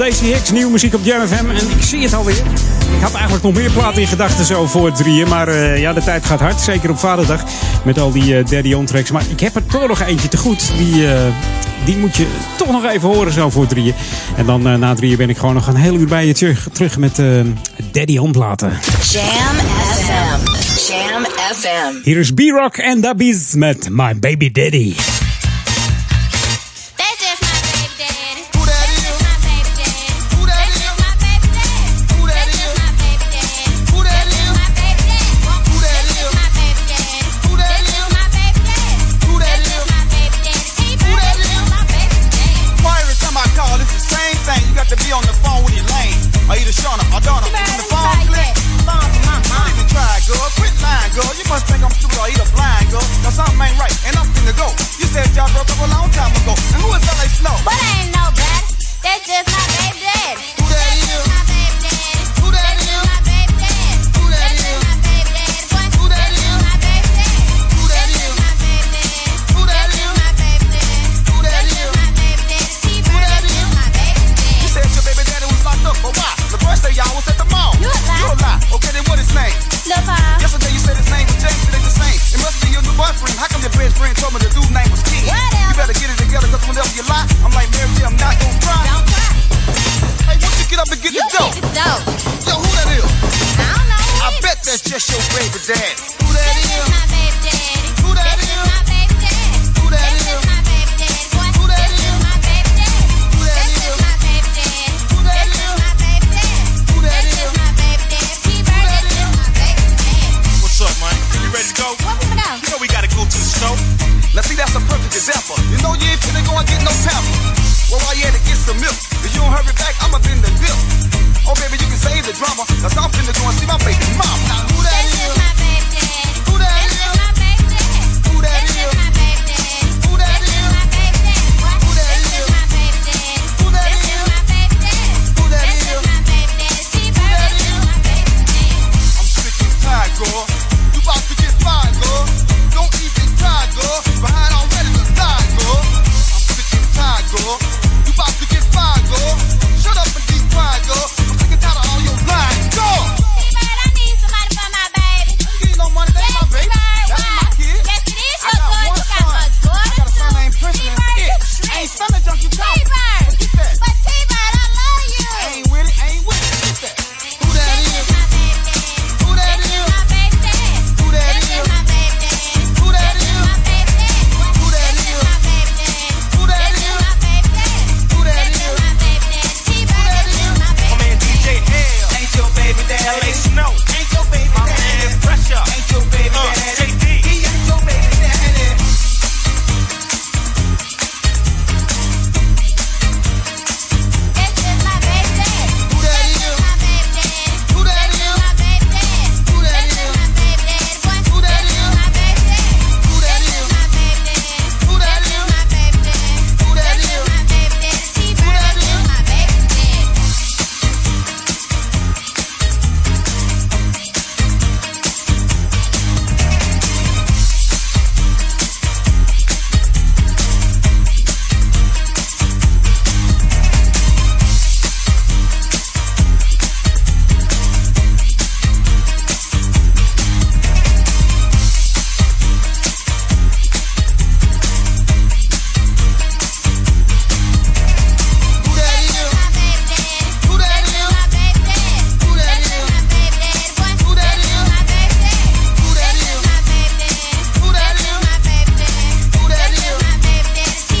Daisy Hicks, nieuwe muziek op Jam F M. En ik zie het alweer. Ik had eigenlijk nog meer platen in gedachten zo voor het drieën. Maar uh, ja, de tijd gaat hard. Zeker op Vaderdag. Met al die uh, Daddy On tracks. Maar ik heb er toch nog eentje te goed. Die, uh, die moet je toch nog even horen zo voor het drieën. En dan uh, na het drieën ben ik gewoon nog een hele uur bij je terug, terug met uh, Daddy On platen. Jam F M. Jam F M. Hier is B-Rock en Dabiz met My Baby Daddy. To be on the phone with your lane, or either Shauna or Donna. When the phone click, don't even try, girl. Quit lying, girl. You must think I'm stupid or either blind, girl. Now something ain't right, and I'm finna go. You said y'all broke up a long time ago, and who is L A Snow? But I ain't nobody. That's just my baby daddy. Who that is? My baby daddy. Who that is? My baby daddy. Who that is? My baby daddy. Who that is? My baby daddy. Who that is? My baby daddy. Who that is? My baby daddy. Who that is? My baby daddy. Who that is? My baby daddy. You said your baby daddy was locked up, but why? The first day y'all was at the mall. You a lie. You a lie. Okay, then what his name? Lil Paul. Yesterday you said his name was James, it ain't the same. It must be your new boyfriend. How come your best friend told me the dude's name was King? Whatever. You better get it together, cause whenever you lie, I'm like, Mary J, I'm not gonna cry. Don't cry. Hey, won't you get up and get You the dough? get the dough. Yo, who that is? I don't know. I bet that's just your baby dad. Who that This is? is my baby daddy. Who that This is? is my baby daddy. Who that This is? is my baby daddy. Boy, Who that this is? is my baby daddy. Who that This is? is my baby daddy. Who that This is? is my baby daddy. Who that This is? is my baby daddy. T-Bird, this is my baby daddy. What's up, man? You ready to go? Where we gonna You know we gotta go to the store. Now see, that's a perfect example. You know you ain't finna go and get no pamper. Well, why you had to get some milk? If you don't hurry back, I'ma bend the bill. Oh, baby, you can save the drama. Cause I'm finna go and see my baby mama. Now, who that This is? is my baby daddy. Who that This is? is my baby daddy. Who that This is? is my baby daddy. Who that This is? is my baby daddy. Boy, Who that this is? is my baby daddy. Who that This is? is my baby daddy. Who that This is? is my baby daddy. T-Bird, that this is? is my baby daddy. I'm sick and tired, girl. You about to get fired, girl. Don't even try, girl. Behind already to die, girl. I'm sick and tired, girl. You about to get fired, girl. Shut up and be quiet, girl. I'm sick and tired of all your lying, girl. T-Bird, I need somebody for my baby. You ain't no money, that ain't my baby. That ain't my kid. Yes, it is I your got daughter. one You got son. a daughter. I got a son named Princeton and T-Bird, it. you I ain't stomach junk you talk. T-Bird. Get that. But T-Bird, I love you. I ain't with it, I ain't with it. Get that. Who that This is? is my baby daddy. Who that This is? is my baby daddy. Who that This is? is my baby daddy. Who that This is? is my baby daddy. Who that This is? is my baby daddy. Who that This is? is my baby daddy. Who that This is? is my baby daddy. T-Bird, that this is? is my My baby man D J daddy. L. Ain't your baby daddy. L A Snow. Ain't your baby daddy. My man is Pressure. Ain't your baby Uh, daddy. J D. He ain't your baby daddy. This is my baby daddy. Who that This is? is my baby daddy. Who that This is? is my baby daddy. Who that This is? is my baby daddy. Boy, Who that this is? is my baby daddy. Who that This is? is my baby daddy. Who that This is? is my baby daddy. Who that This is? is my baby daddy. T-Bird, that this is? is my baby daddy. Who that is? Who that is? Who that is? Who that is? Who that is? Who that is? Who that is?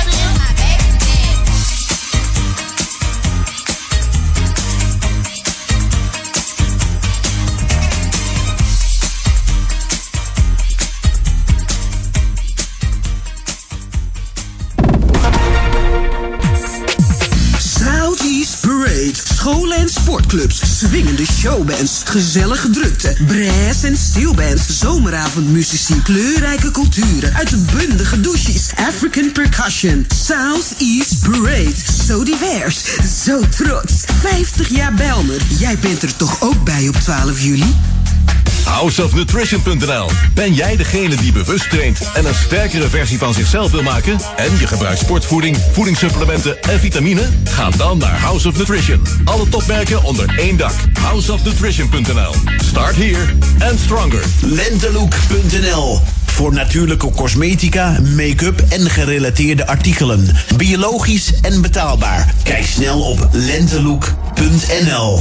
Southeast Parade. Scholen en sportclubs. Swingende showbands. Gezellige drukte. Brass en steelbands. Zomeravondmuzici. Kleurrijke culturen. Uitbundige douches. African percussion. Southeast Parade. Zo divers. Zo trots. vijftig jaar Belmer. Jij bent er toch ook bij op twaalf juli? house of nutrition punt n l. Ben jij degene die bewust traint en een sterkere versie van zichzelf wil maken? En je gebruikt sportvoeding, voedingssupplementen en vitamine? Ga dan naar House of Nutrition. Alle topmerken onder één dak. house of nutrition punt n l. Start here and stronger. Lentelook punt n l. Voor natuurlijke cosmetica, make-up en gerelateerde artikelen. Biologisch en betaalbaar. Kijk snel op lentelook punt n l.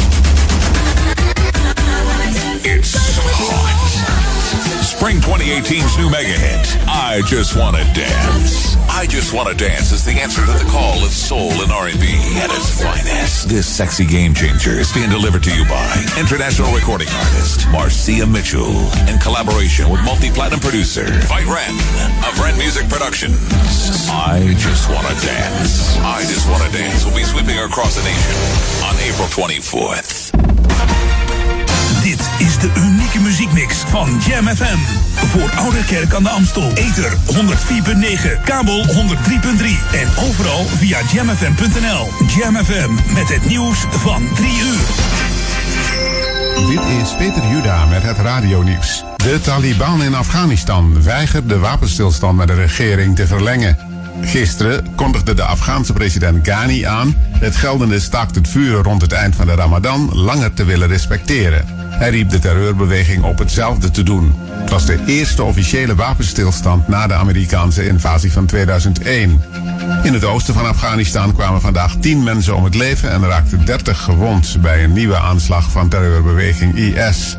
It's hot. Spring twenty eighteen's new mega hit, I Just Wanna Dance. I Just Wanna Dance is the answer to the call of soul and R and B at its finest. This sexy game changer is being delivered to you by international recording artist Marcia Mitchell in collaboration with multi-platinum producer Fight Ren of Ren Music Productions. I Just Wanna Dance. I Just Wanna Dance will be sweeping across the nation on April twenty-fourth. Dit is de unieke muziekmix van Jam F M. Voor Ouderkerk aan de Amstel. Ether honderd vier punt negen, kabel honderd drie punt drie. En overal via jam f m punt n l. Jam F M met het nieuws van drie uur. Dit is Peter Juda met het radionieuws. De Taliban in Afghanistan weigert de wapenstilstand met de regering te verlengen. Gisteren kondigde de Afghaanse president Ghani aan het geldende staakt het vuren rond het eind van de Ramadan langer te willen respecteren. Hij riep de terreurbeweging op hetzelfde te doen. Het was de eerste officiële wapenstilstand na de Amerikaanse invasie van tweeduizend één. In het oosten van Afghanistan kwamen vandaag tien mensen om het leven en raakten dertig gewond bij een nieuwe aanslag van terreurbeweging I S.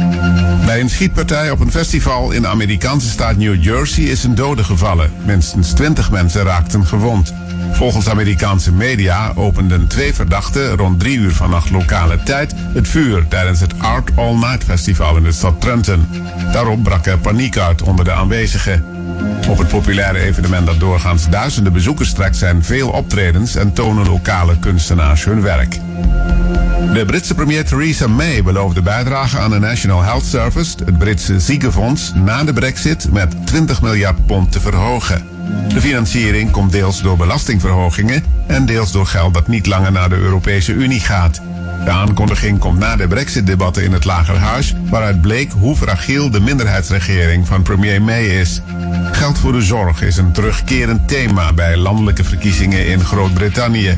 Bij een schietpartij op een festival in de Amerikaanse staat New Jersey is een dode gevallen. Minstens twintig mensen raakten gewond. Volgens Amerikaanse media openden twee verdachten rond drie uur vannacht lokale tijd het vuur tijdens het Art All Night Festival in de stad Trenton. Daarop brak er paniek uit onder de aanwezigen. Op het populaire evenement dat doorgaans duizenden bezoekers trekt zijn veel optredens en tonen lokale kunstenaars hun werk. De Britse premier Theresa May beloofde bijdrage aan de National Health Service, het Britse ziekenfonds, na de brexit met twintig miljard pond te verhogen. De financiering komt deels door belastingverhogingen en deels door geld dat niet langer naar de Europese Unie gaat. De aankondiging komt na de brexit-debatten in het Lagerhuis, waaruit bleek hoe fragiel de minderheidsregering van premier May is. Geld voor de zorg is een terugkerend thema bij landelijke verkiezingen in Groot-Brittannië.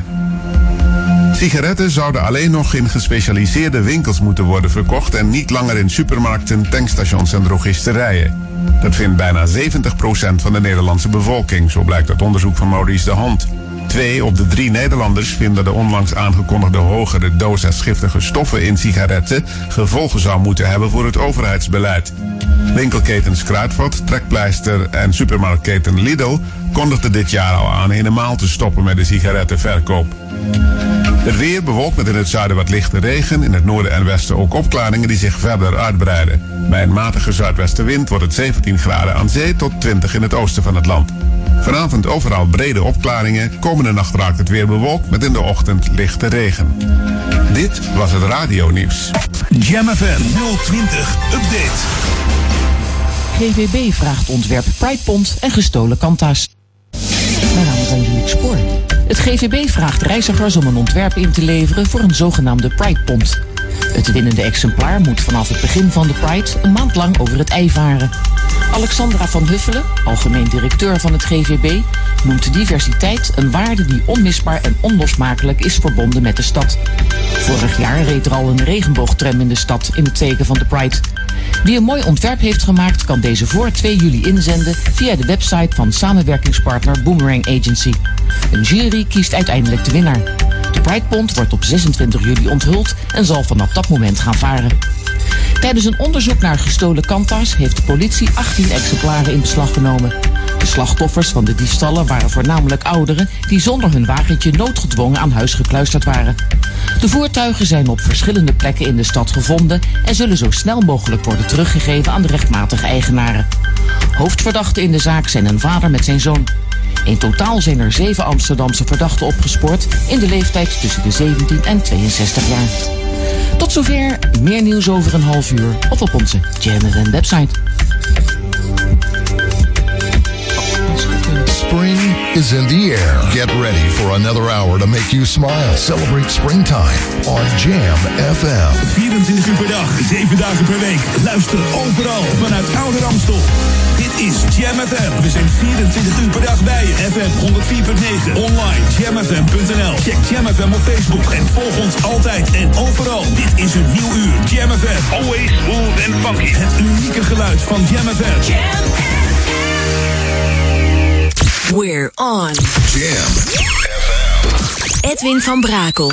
Sigaretten zouden alleen nog in gespecialiseerde winkels moeten worden verkocht en niet langer in supermarkten, tankstations en drogisterijen. Dat vindt bijna zeventig procent van de Nederlandse bevolking, zo blijkt uit onderzoek van Maurice de Hond. Twee op de drie Nederlanders vinden de onlangs aangekondigde hogere dosis giftige stoffen in sigaretten gevolgen zou moeten hebben voor het overheidsbeleid. Winkelketens Kruidvat, Trekpleister en supermarktketen Lidl kondigden dit jaar al aan helemaal te stoppen met de sigarettenverkoop. Het weer bewolkt met in het zuiden wat lichte regen, in het noorden en westen ook opklaringen die zich verder uitbreiden. Bij een matige zuidwestenwind wordt het zeventien graden aan zee tot twintig in het oosten van het land. Vanavond overal brede opklaringen, komende nacht raakt het weer bewolkt met in de ochtend lichte regen. Dit was het radionieuws. Jam F M nul twintig Update. G V B vraagt ontwerp Pridepont en gestolen kanta's. Mijn naam is Angelique Spoor. Het G V B vraagt reizigers om een ontwerp in te leveren voor een zogenaamde Pridepont. Het winnende exemplaar moet vanaf het begin van de Pride een maand lang over het IJ varen. Alexandra van Huffelen, algemeen directeur van het G V B, noemt de diversiteit een waarde die onmisbaar en onlosmakelijk is verbonden met de stad. Vorig jaar reed er al een regenboogtram in de stad in het teken van de Pride. Wie een mooi ontwerp heeft gemaakt kan deze voor twee juli inzenden via de website van samenwerkingspartner Boomerang Agency. Een jury kiest uiteindelijk de winnaar. De Pridepont wordt op zesentwintig juli onthuld en zal vanaf dat moment gaan varen. Tijdens een onderzoek naar gestolen kanta's heeft de politie achttien exemplaren in beslag genomen. De slachtoffers van de diefstallen waren voornamelijk ouderen die zonder hun wagentje noodgedwongen aan huis gekluisterd waren. De voertuigen zijn op verschillende plekken in de stad gevonden en zullen zo snel mogelijk worden teruggegeven aan de rechtmatige eigenaren. Hoofdverdachten in de zaak zijn een vader met zijn zoon. In totaal zijn er zeven Amsterdamse verdachten opgespoord in de leeftijd tussen de zeventien en tweeënzestig jaar. Tot zover, meer nieuws over een half uur of op onze Jam F M website. Spring is in the air. Get ready for another hour to make you smile. Celebrate springtime on Jam F M. vierentwintig uur per dag, zeven dagen per week. Luister overal vanuit Ouder Amstel. Dit is Jam F M. We zijn vierentwintig uur per dag bij je. F M honderd vier punt negen. Online jam f m punt n l. Check Jam F M op Facebook en volg ons altijd en overal. Dit is een nieuw uur. Jam F M. Always smooth and funky. Het unieke geluid van Jam F M. Jam F M. We're on. Jam F M. Edwin van Brakel.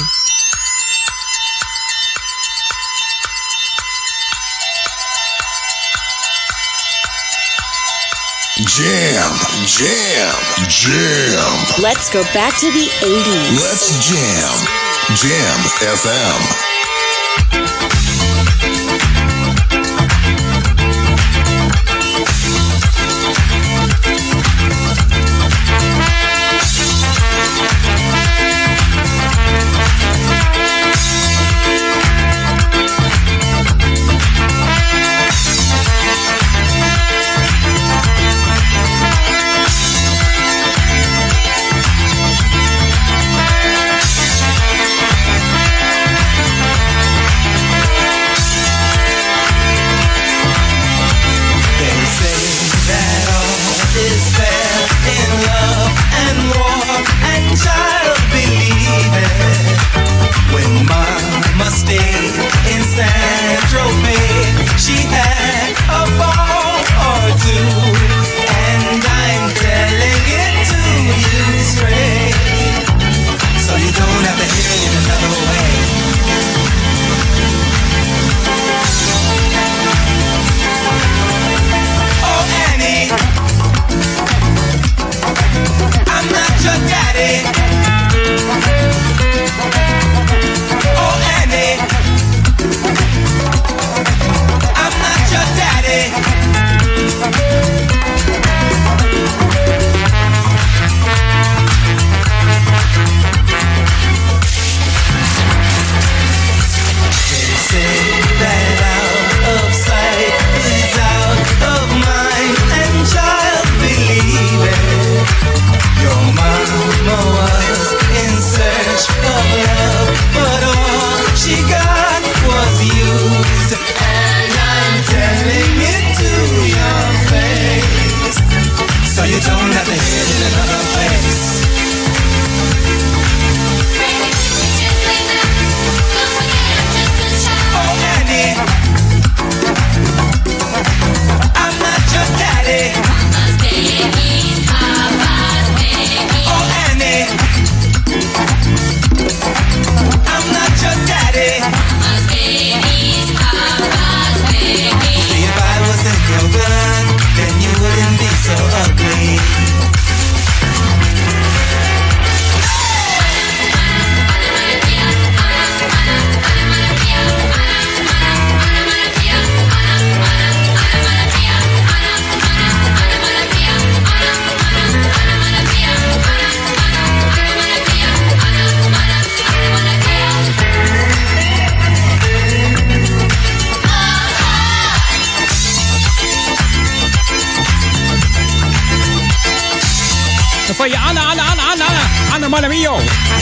Jam, jam, jam. Let's go back to the eighties. Let's jam. Jam F M. Van je Anna, Anna, Anna, Anna, Anna Manamio.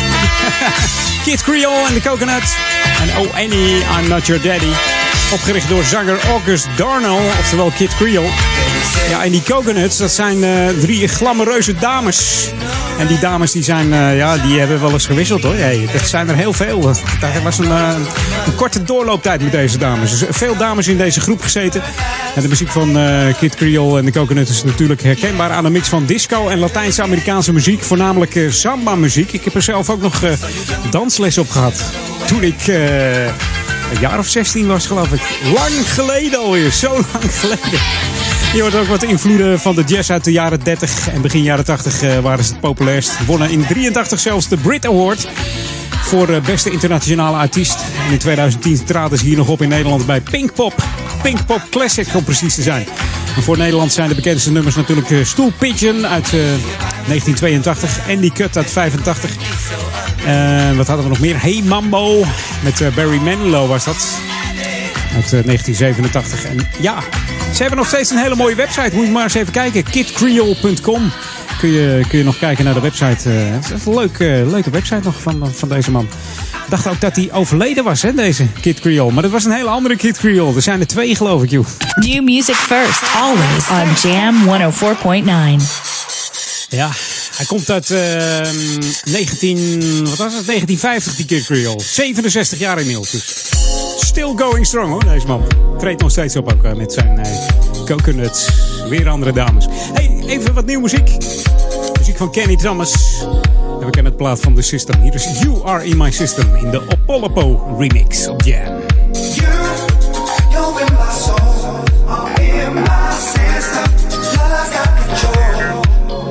Kid Creole en de Coconuts. En Oh Annie, I'm Not Your Daddy. Opgericht door zanger August Darnell, oftewel Kid Creole. Ja, en die Coconuts, dat zijn uh, drie glamoureuze dames. En die dames die zijn, uh, ja, die hebben wel eens gewisseld hoor. Hey, dat zijn er heel veel. Dat was een, uh, een korte doorlooptijd met deze dames. Dus veel dames in deze groep gezeten. En de muziek van uh, Kid Creole en de Coconuts is natuurlijk herkenbaar aan een mix van disco en Latijns-Amerikaanse muziek. Voornamelijk uh, samba muziek. Ik heb er zelf ook nog uh, dansles op gehad. Toen ik uh, een jaar of zestien was, geloof ik. Lang geleden alweer. Zo lang geleden. Je hoort ook wat invloeden van de jazz uit de jaren dertig en begin jaren tachtig uh, waren ze het populairst. Wonnen in drieëntachtig zelfs de Brit Award voor uh, beste internationale artiest. En in tweeduizend tien traden ze hier nog op in Nederland bij Pinkpop. Pinkpop Classic om precies te zijn. En voor Nederland zijn de bekendste nummers natuurlijk uh, Stool Pigeon uit uh, negentien tweeëntachtig. Andy Cut uit vijfentachtig. Uh, wat hadden we nog meer? Hey Mambo met uh, Barry Manilow was dat. Uit uh, negentien zevenentachtig. En ja, ze hebben nog steeds een hele mooie website. Moet je maar eens even kijken. kid creole punt com. kun je, kun je nog kijken naar de website. Uh, het is echt een leuk, uh, leuke website nog van, van deze man. Ik dacht ook dat hij overleden was, hè, deze Kid Creole. Maar dat was een hele andere Kid Creole. Er zijn er twee, geloof ik, joh. New music first, always on Jam honderdvier komma negen. Ja, hij komt uit uh, negentien, wat was het? negentien vijftig, die Kid Creole. zevenenzestig jaar inmiddels. Dus still going strong, hoor, deze man. Treedt nog steeds op ook uh, met zijn uh, coconuts. Weer andere dames. Hey, even wat nieuwe muziek. Muziek van Kenny Thomas. En we kennen het plaat van The System. Hier is You Are In My System in de Apollo remix op Jam. You, you're in my soul, I'm in my system. Love's got control.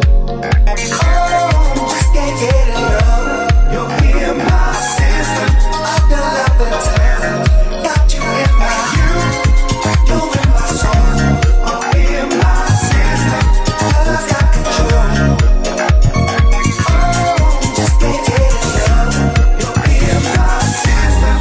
Oh, just can't get enough. You're in my system. I feel like the time. Got you in my you, you're in my soul, I'm in my system. Love's got control. Oh, just can't get enough. You're in my system.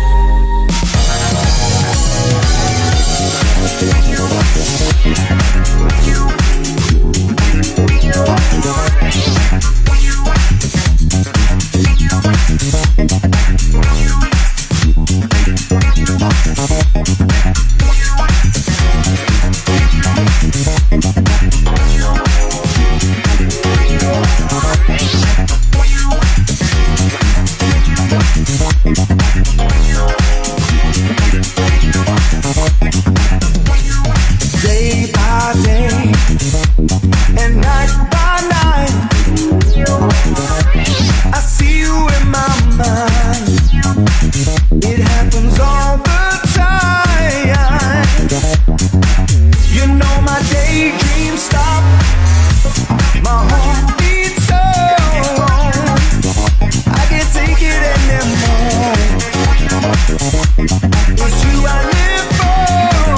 Day by day and night by night, I see you in my mind. It happens all the time. You know my daydreams stop, my heart beats so wrong. I can't take it anymore. It's you I live for.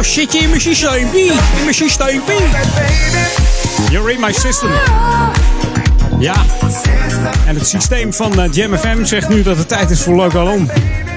zit je in mijn systeempie? In mijn systeempie. You're in my system. Ja. En het systeem van uh, Jam F M zegt nu dat het tijd is voor Local On.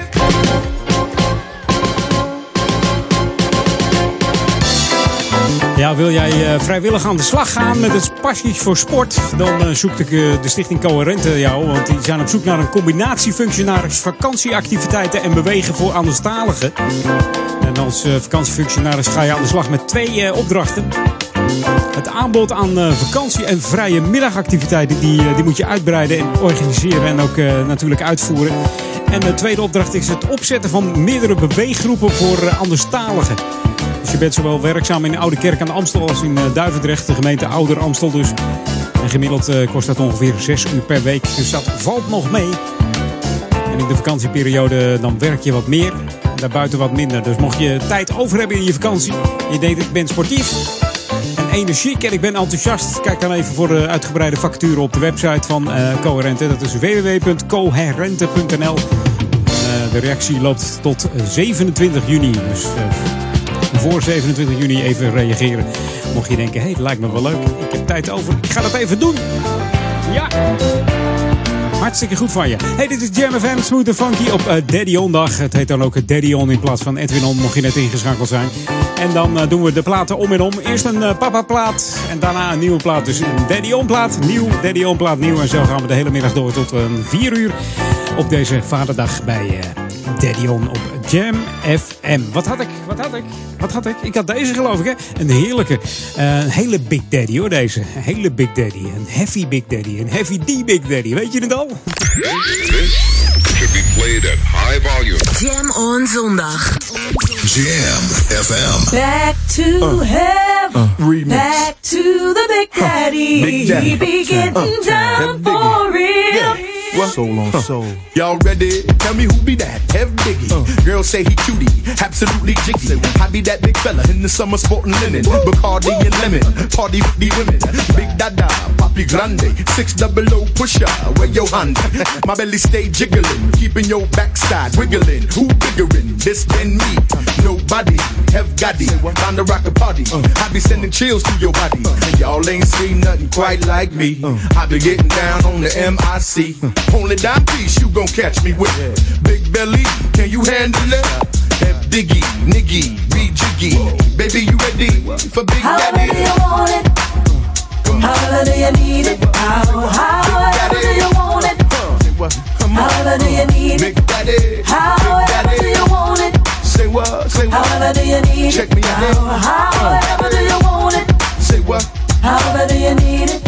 Ja, wil jij uh, vrijwillig aan de slag gaan met het passie voor sport? Dan uh, zoekt ik, uh, de stichting Coherente jou. Want die zijn op zoek naar een combinatiefunctionaris, vakantieactiviteiten en bewegen voor anderstaligen. En als uh, vakantiefunctionaris ga je aan de slag met twee uh, opdrachten. Het aanbod aan uh, vakantie- en vrije middagactiviteiten die, uh, die moet je uitbreiden en organiseren en ook uh, natuurlijk uitvoeren. En de tweede opdracht is het opzetten van meerdere beweeggroepen voor uh, anderstaligen. Dus je bent zowel werkzaam in Oude Kerk aan de Amstel als in uh, Duivendrecht, de gemeente Ouder Amstel dus. En gemiddeld uh, kost dat ongeveer zes uur per week, dus dat valt nog mee. En in de vakantieperiode dan werk je wat meer, daarbuiten wat minder. Dus mocht je tijd over hebben in je vakantie, je denkt ik ben sportief en energiek en ik ben enthousiast, kijk dan even voor de uitgebreide vacature op de website van uh, Coherente. Dat is w w w punt coherente punt n l. Uh, de reactie loopt tot zevenentwintig juni, dus uh, voor zevenentwintig juni even reageren. Mocht je denken, hé, hey, het lijkt me wel leuk, ik heb tijd over, ik ga dat even doen. Ja, hartstikke goed van je. Hey, dit is Jam F M, Smooth and Funky op uh, Daddy On dag. Het heet dan ook Daddy On in plaats van Edwin On, mocht je net ingeschakeld zijn. En dan uh, doen we de platen om en om. Eerst een uh, papa plaat en daarna een nieuwe plaat. Dus een Daddy On plaat, nieuw, Daddy On plaat, nieuw. En zo gaan we de hele middag door tot uh, vier uur op deze vaderdag bij uh, Daddy On op Jam F M. Wat had ik? Wat had ik? Wat had ik? Ik had deze, geloof ik, hè? Een heerlijke, uh, een hele Big Daddy, hoor, deze. Een hele Big Daddy. Een heavy Big Daddy. Een heavy D Big Daddy. Weet je het al? This should be played at high volume. Jam on zondag. Jam F M. Back to uh, heaven. Uh, Back to the Big Daddy. Big Daddy. He be getting uh, down for real. Yeah. What? Soul on soul. Y'all ready? Tell me who be that? Hev Biggie. Uh. Girls say he cutie, absolutely jiggy. I be that big fella in the summer sporting linen. Bacardi and lemon, party with the women. Big Dada, Papi Grande, six double O pusher. Where your hand? My belly stay jiggling, keeping your backside wiggling. Who biggerin'? This than me? Nobody. Hev Gotti, time to rock a party. Uh. I be sending chills to your body. Uh. Y'all ain't seen nothing quite like me. Uh. I be getting down on the M I C. Uh. Only that piece you gon' catch me with. Big belly, can you handle it? F Diggy, Niggy, be jiggy. Baby, you ready for Big However Daddy? do you want it? However do you need it? How, however do you want it? However do you need it? Big Daddy, However do you want it? say what? Say what? However do you need it? Check me out. How, however do you want it? Say what? However do you need it?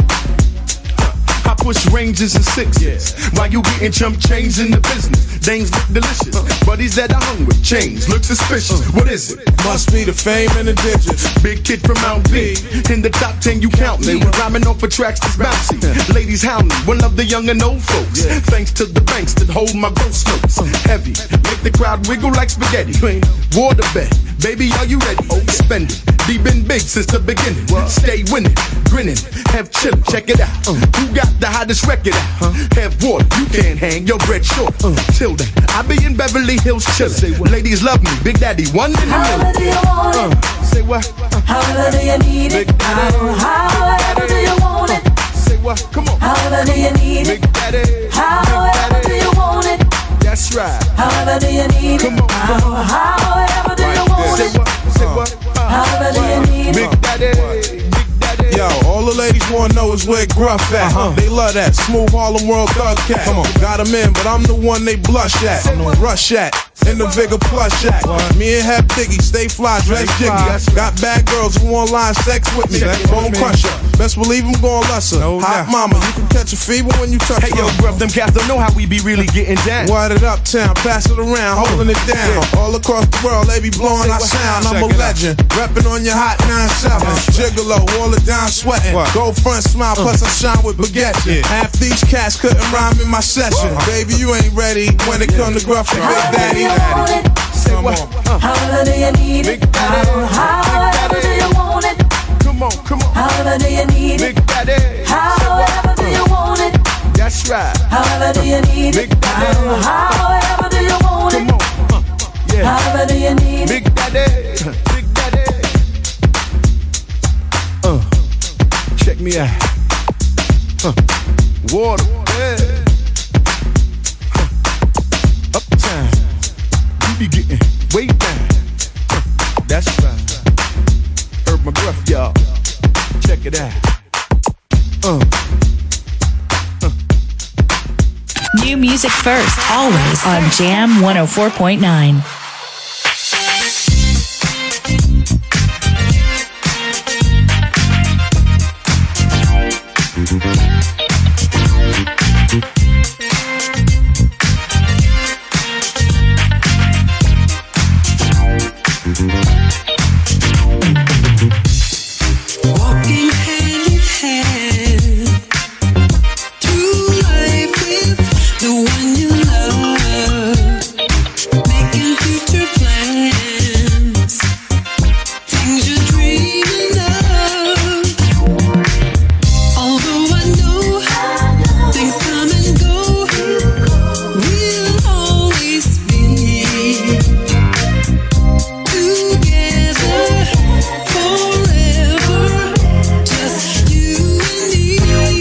I push ranges and sixes while you getting chump change in the business. Dames look delicious, buddies that I hung with change look suspicious. What is it? Must be the fame and the digits. Big kid from Mount V, in the top ten you count me. Rhyming off for tracks that's bouncy. Ladies hound me, one of the young and old folks. Thanks to the banks that hold my ghost notes. Heavy, make the crowd wiggle like spaghetti. Water bed, baby, are you ready? Spend it, deep been big since the beginning. Stay winning, grinning, have chillin', check it out. Who got the hottest record out? Huh? Have water, you can't hang your bread short. Uh, till then, I be in Beverly Hills chillin'. Ladies love me, Big Daddy, one in the middle. However do you want it? Uh, say what? Uh, However do you need it? How, however do you want it? Say what? Come on. However do you need it? Big Daddy. However do you want it? That's right. However do you need it? Come on. How, however do you want Say it? what? Say what? Uh, However do you need it? Big Daddy. Yo, all the ladies wanna know is where Gruff at. Uh-huh. They love that smooth Harlem World thug cat. Come on, got him in, but I'm the one they blush at. I'm the rush at. In the Vigor plush act. Me and Hep Diggy stay fly, dress jiggy. Got bad girls who want line sex with me. Bone crusher, best believe I'm gon' lust her. Hot mama, you can catch a fever when you touch her. Hey yo, Gruff, them cats don't know how we be really getting down. Word it up, town, pass it around, holding it down. All across the world, they be blowing our sound. I'm a legend, reppin' on your hot nine seven. Gigolo, all it down sweating. Go front smile, plus I shine with baguette. Half these cats couldn't rhyme in my session. Baby, you ain't ready when it come to Gruff and Big Daddy. Say what? Uh, However do you need it? How, however do you want it? Come on, come on. However do you need it? Big Daddy. However do you want it? That's right. However do you need it? Big Daddy. How, however do you want it? Come on. Uh, yeah. However do you need it? Big Daddy. Big Daddy. me at? Huh. Water, yeah. Huh. Uptown, you be getting way down. Huh. That's right. Heard my breath, y'all. Check it out. Uh. Uh. New music first, always on Jam one oh four point nine. Walking hand in hand through life with the one you love, making future plans, things you're dreaming of. Although I know things come and go, we'll always be together forever, just you and me.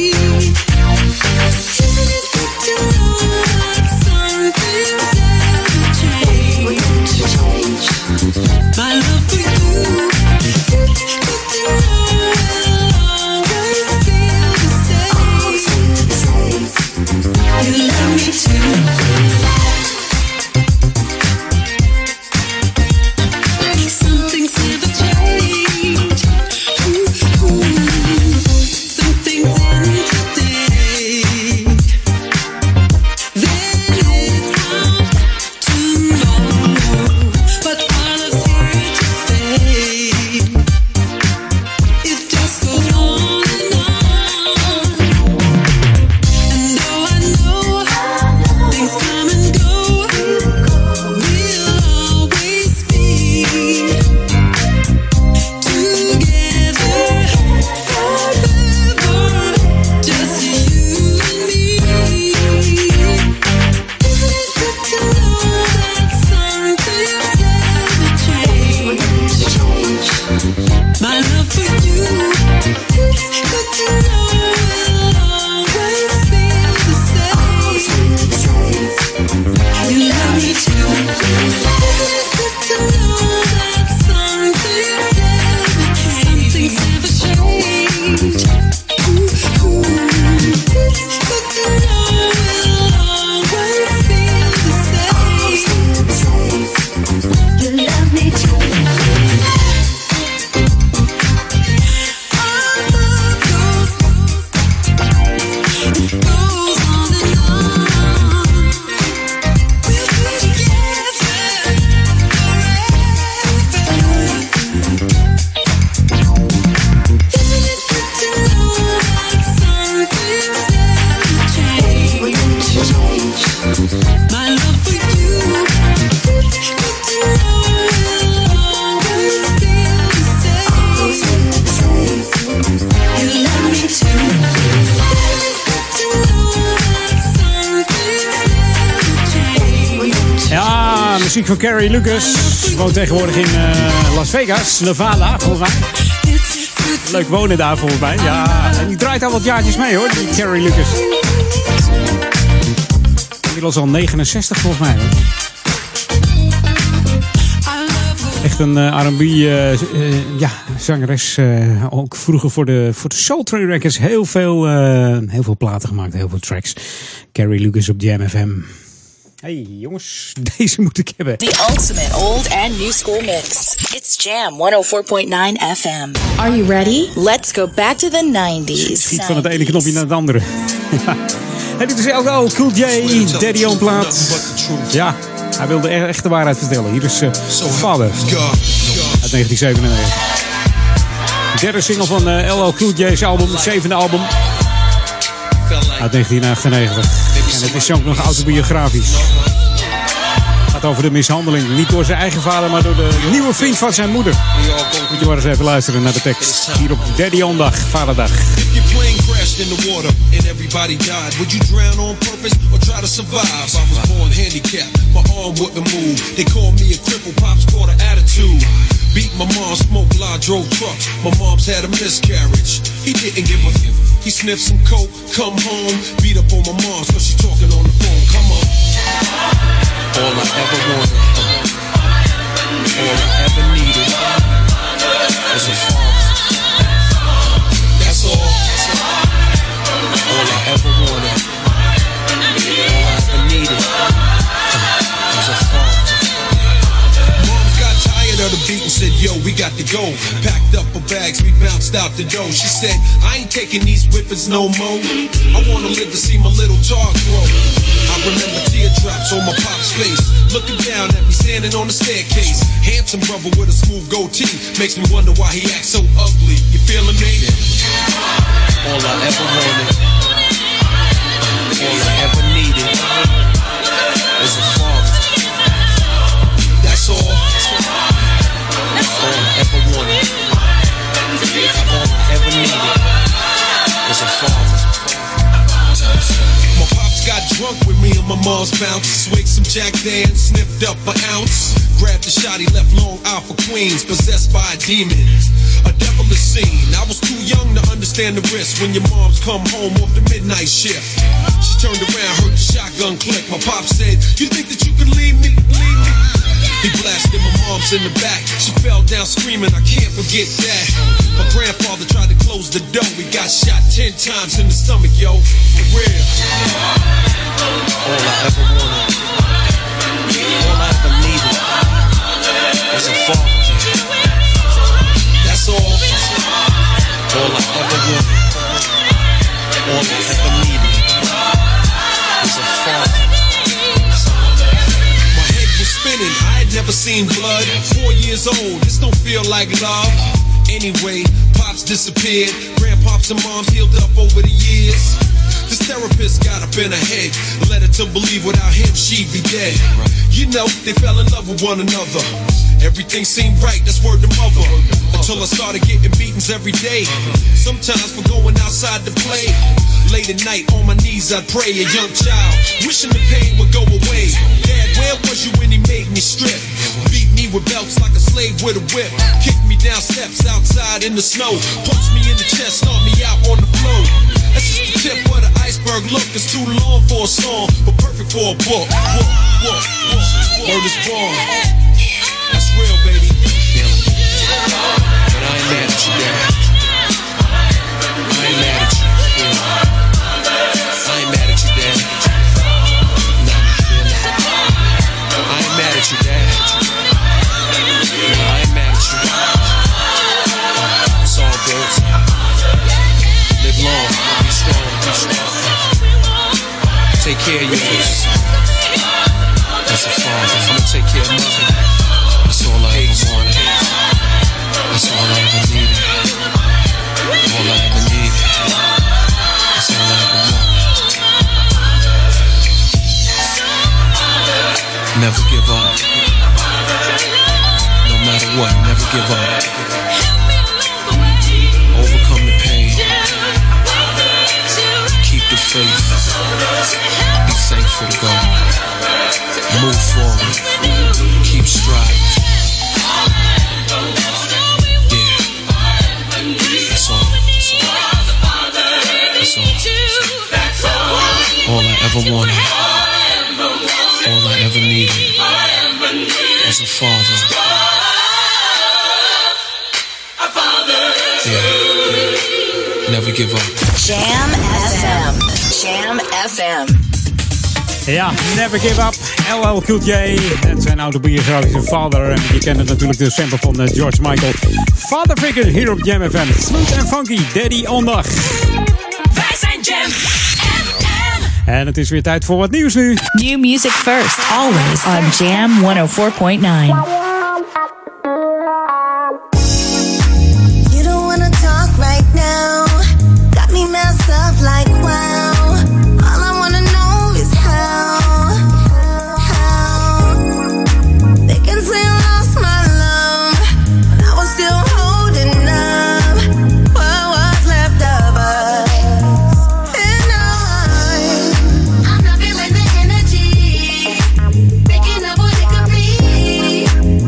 Isn't it good to know that some things never change? My love for you, it's good to know it'll always feel the same. You love me too. Some things never change. Ooh, ooh. Some things end today, then it's gone tomorrow. But our love's here to stay. It just goes on and on. And though I know things come and go, we'll always be together forever, just you and me. Isn't it good to know that some things never change? My love for you, it's good to know it'll always feel the same. You love me too. Isn't it good to know that some things never change? Some things never change. Ooh, ooh. It's good to know it'll always feel the same. You love me too. Our love goes, it goes on and on. We'll be together forever. Isn't it good to know that some things never change? My love for you, it's good to know it'll always feel the same. You love me too. Isn't it good to know that some things never change? Ja, muziek van Carrie Lucas. Woont tegenwoordig in eh, Las Vegas, Nevada, volgens mij. Leuk wonen daar volgens mij. Ja, en die draait al wat jaartjes mee hoor, die Carrie Lucas. Inmiddels al negenenzestig volgens mij hoor. Echt een uh, R en B uh, uh, ja, zangeres. Uh, ook vroeger voor de, voor de Soul Train Records heel veel, uh, heel veel platen gemaakt, heel veel tracks. Carrie Lucas op Jam F M. Hey jongens, deze moet ik hebben. The ultimate old and new school mix. It's Jam one oh four point nine F M. Are you ready? Let's go back to the nineties. Schiet van het ene knopje naar het andere. En dit is ook al Cool J, Daddy on plaat. Ja, hij wilde echt de waarheid vertellen. Hier is uh, Father uit negentien zevenennegentig. Derde single van uh, L L Cool J's album, zevende album. Uit negentien achtennegentig. En het is ook nog autobiografisch. Het gaat over de mishandeling. Niet door zijn eigen vader, maar door de nieuwe vriend van zijn moeder. Moet je maar eens even luisteren naar de tekst. Hier op Daddy on dag, Vaderdag. If your plane crashed in the water and everybody died, would you drown on purpose or try to survive? I was born handicapped, my arm wouldn't move. They called me a cripple, pops caught an attitude. Beat my mom, smoked lie, drove trucks. My mom's had a miscarriage. He didn't give a f. He sniffed some coke, come home, beat up on my mom, so she talking on the phone. Come on. All I ever wanted, all I ever needed was a father. That's all. All I ever wanted, all I ever needed was a father. Mom's got tired of the beat and said, yo, we got to go. Packed up her bags, we bounced out the door. She said, I ain't taking these whippers no more. I wanna live to see my little dog grow. I remember teardrops on my pop's face, looking down at me standing on the staircase. Handsome brother with a smooth goatee, makes me wonder why he acts so ugly. You feeling me? All I ever wanted, all I ever needed was a father. That's all. All I ever wanted, all I ever needed was a father. My pops got drunk with me and my mom's bounce. Swigged some Jack Daniels, sniffed up an ounce. Grabbed the shot, he left Long Island for Queens, possessed by a demon. A devilish scene. I was too young to understand the risk when your moms come home off the midnight shift. She turned around, heard the shotgun click. My pop said, you think that you can leave me? Leave me? He blasted my mom's in the back. She fell down screaming, I can't forget that. My grandfather tried to close the door. He got shot ten times in the stomach, yo. For real. All I ever wanted, all I ever needed was a father. That's all. All I ever wanted, all I ever needed was a father. My head was spinning, I had never seen blood. Four years old, this don't feel like love. Anyway, pops disappeared. Grandpops and moms healed up over the years. This therapist got up in her head, led her to believe without him she'd be dead. You know, they fell in love with one another. Everything seemed right, that's word to mother. Until I started getting beatings every day. Sometimes for going outside to play. Late at night, on my knees I'd pray. A young child, wishing the pain would go away. Dad, where was you when he made me strip? Beat me with belts like a slave with a whip. Kicked me down steps outside in the snow. Punched me in the chest, knocked me out on the floor. That's just the tip of the iceberg. Look, it's too long for a song, but perfect for a book. Book, book, book. Word is born. That's real, baby. But I ain't mad at you, Dad. I ain't mad at you. I ain't mad at you, Dad. Nah, I ain't mad at you, Dad. I ain't mad at you. It's all good. Live long, be strong, be strong. Take care of your kids. That's a father. I'ma take care of mine. That's all I ever wanted. That's all I ever needed. All I ever needed. That's all I ever wanted. Never give up. No matter what, never give up. Overcome the pain. Keep the faith. Be thankful to God. Move forward. Keep striving. Yeah. That's all. That's all. All I ever wanted. All I ever needed was a father. Yeah. Never give up. Jam F M. Jam F M. Ja, Never Give Up, L L Cool J en zijn autobiografische Father. En je kent het natuurlijk de sample van uh, George Michael. Father Figure hier op Jam F M. Smooth and funky, Daddy on dag. Wij zijn Jam F M. En het is weer tijd voor wat nieuws nu. New music first, always on Jam honderdvier komma negen. You don't wanna talk right now. Got me messed up like wow. All I wanna know is how, how they can say I lost my love, but I was still holding up what was left of us. And now I, I'm not feeling the energy, thinking of what it could be.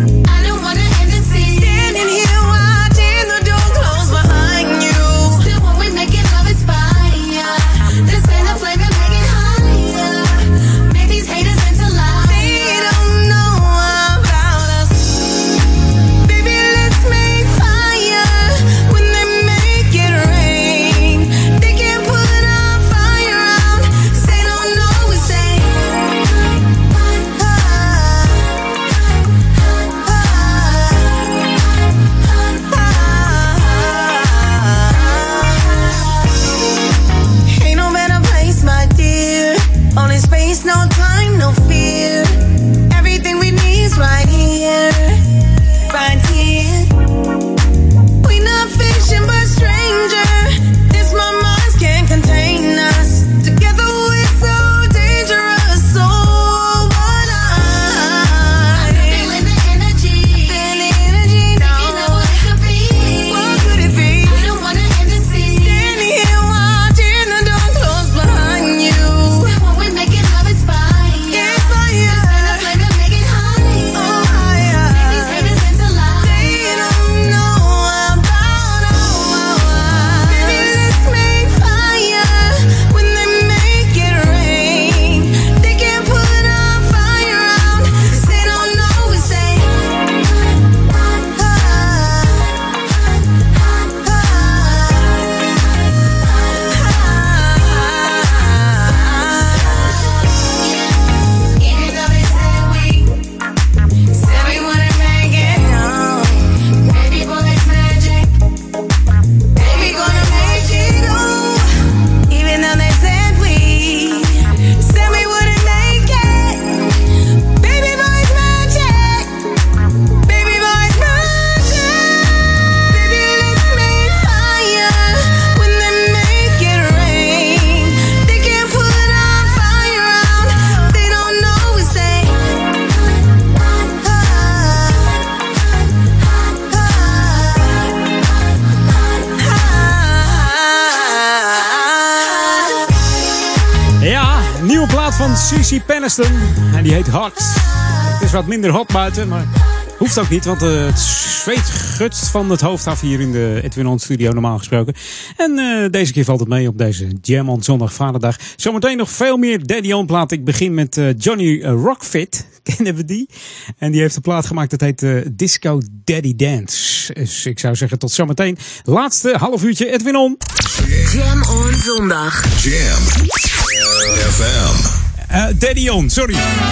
plaat van Cici Peniston. En die heet Hot. Het is wat minder hot buiten, maar hoeft ook niet. Want uh, het zweet gutst van het hoofd af hier in de Edwin On Studio normaal gesproken. En uh, deze keer valt het mee op deze Jam on Zondag Vaderdag. Zometeen nog veel meer Daddy On plaat. Ik begin met uh, Johnny Rockfit. Kennen we die? En die heeft een plaat gemaakt. Dat heet uh, Disco Daddy Dance. Dus ik zou zeggen tot zometeen. Laatste half uurtje Edwin On. Jam on Zondag. Jam F M. Uh, Daddy On, sorry.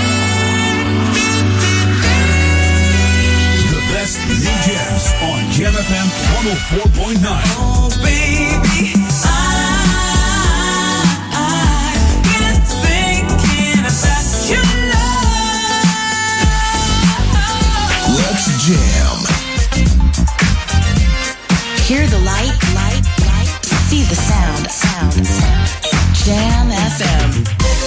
The best new jams on Jam F M honderdvier komma negen. Oh baby, I, I've been thinking about your love. Let's jam. Hear the light, light, light. See the sound, sound, sound. Jam F M.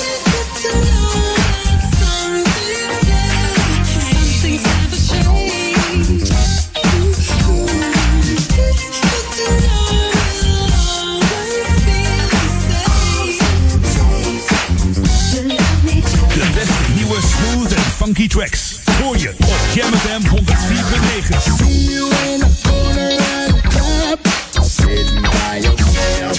Smooth en funky tracks. Hoor je op Jam F M honderdvier komma negen. See you in a corner at a club, sitting by yourself.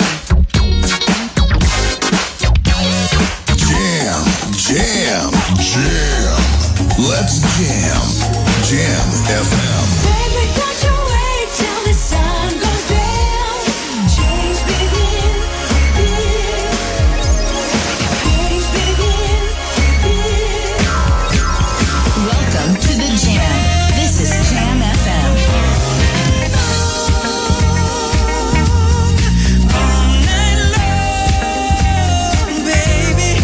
Jam, jam, jam. Let's jam. Jam F M. Baby, don't you wait till the sun goes down. Change begins within. Change begins within. Welcome to the Jam. This is Jam F M. All night long, baby.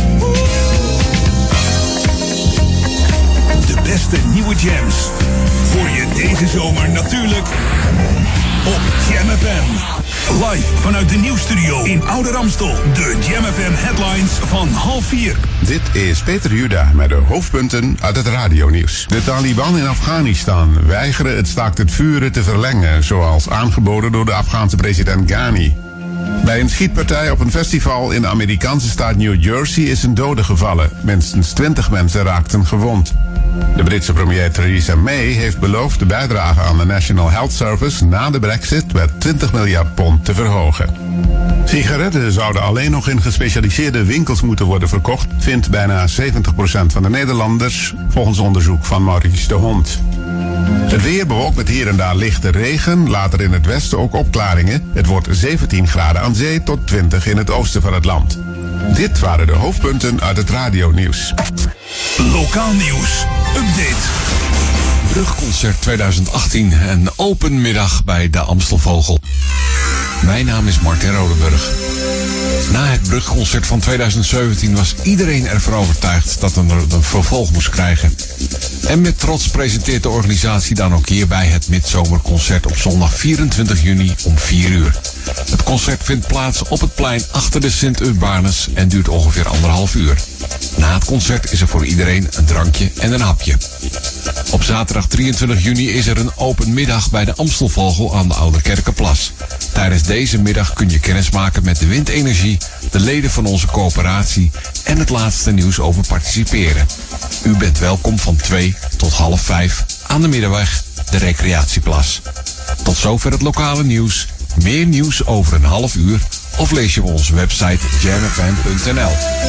De beste nieuwe jams. Hoor je deze zomer natuurlijk op Jam F M. Live vanuit de nieuwsstudio in Oude Ramstel. De Jam F M headlines van half vier. Dit is Peter Juda met de hoofdpunten uit het radionieuws. De Taliban in Afghanistan weigeren het staakt het vuren te verlengen, zoals aangeboden door de Afghaanse president Ghani. Bij een schietpartij op een festival in de Amerikaanse staat New Jersey is een dode gevallen. Minstens twintig mensen raakten gewond. De Britse premier Theresa May heeft beloofd de bijdrage aan de National Health Service na de Brexit met twintig miljard pond te verhogen. Sigaretten zouden alleen nog in gespecialiseerde winkels moeten worden verkocht, vindt bijna zeventig procent van de Nederlanders, volgens onderzoek van Maurice de Hond. Het weer bewolkt met hier en daar lichte regen, later in het westen ook opklaringen. Het wordt zeventien graden aan zee tot twintig in het oosten van het land. Dit waren de hoofdpunten uit het radionieuws. Lokaal nieuws. Update. Brugconcert tweeduizend achttien. Een open middag bij de Amstelvogel. Mijn naam is Martin Rodenburg. Na het Brugconcert van tweeduizend zeventien was iedereen ervan overtuigd dat er een vervolg moest krijgen. En met trots presenteert de organisatie dan ook hierbij het midzomerconcert op zondag vierentwintig juni om vier uur. Het concert vindt plaats op het plein achter de Sint-Urbanus en duurt ongeveer anderhalf uur. Na het concert is er voor iedereen een drankje en een hapje. Op zaterdag drieëntwintig juni is er een open middag bij de Amstelvogel aan de Oude Kerkenplas. Tijdens deze middag kun je kennis maken met de windenergie, de leden van onze coöperatie en het laatste nieuws over participeren. U bent welkom van twee tot half vijf aan de Middenweg, de Recreatieplas. Tot zover het lokale nieuws. Meer nieuws over een half uur of lees je op onze website jam f m punt n l.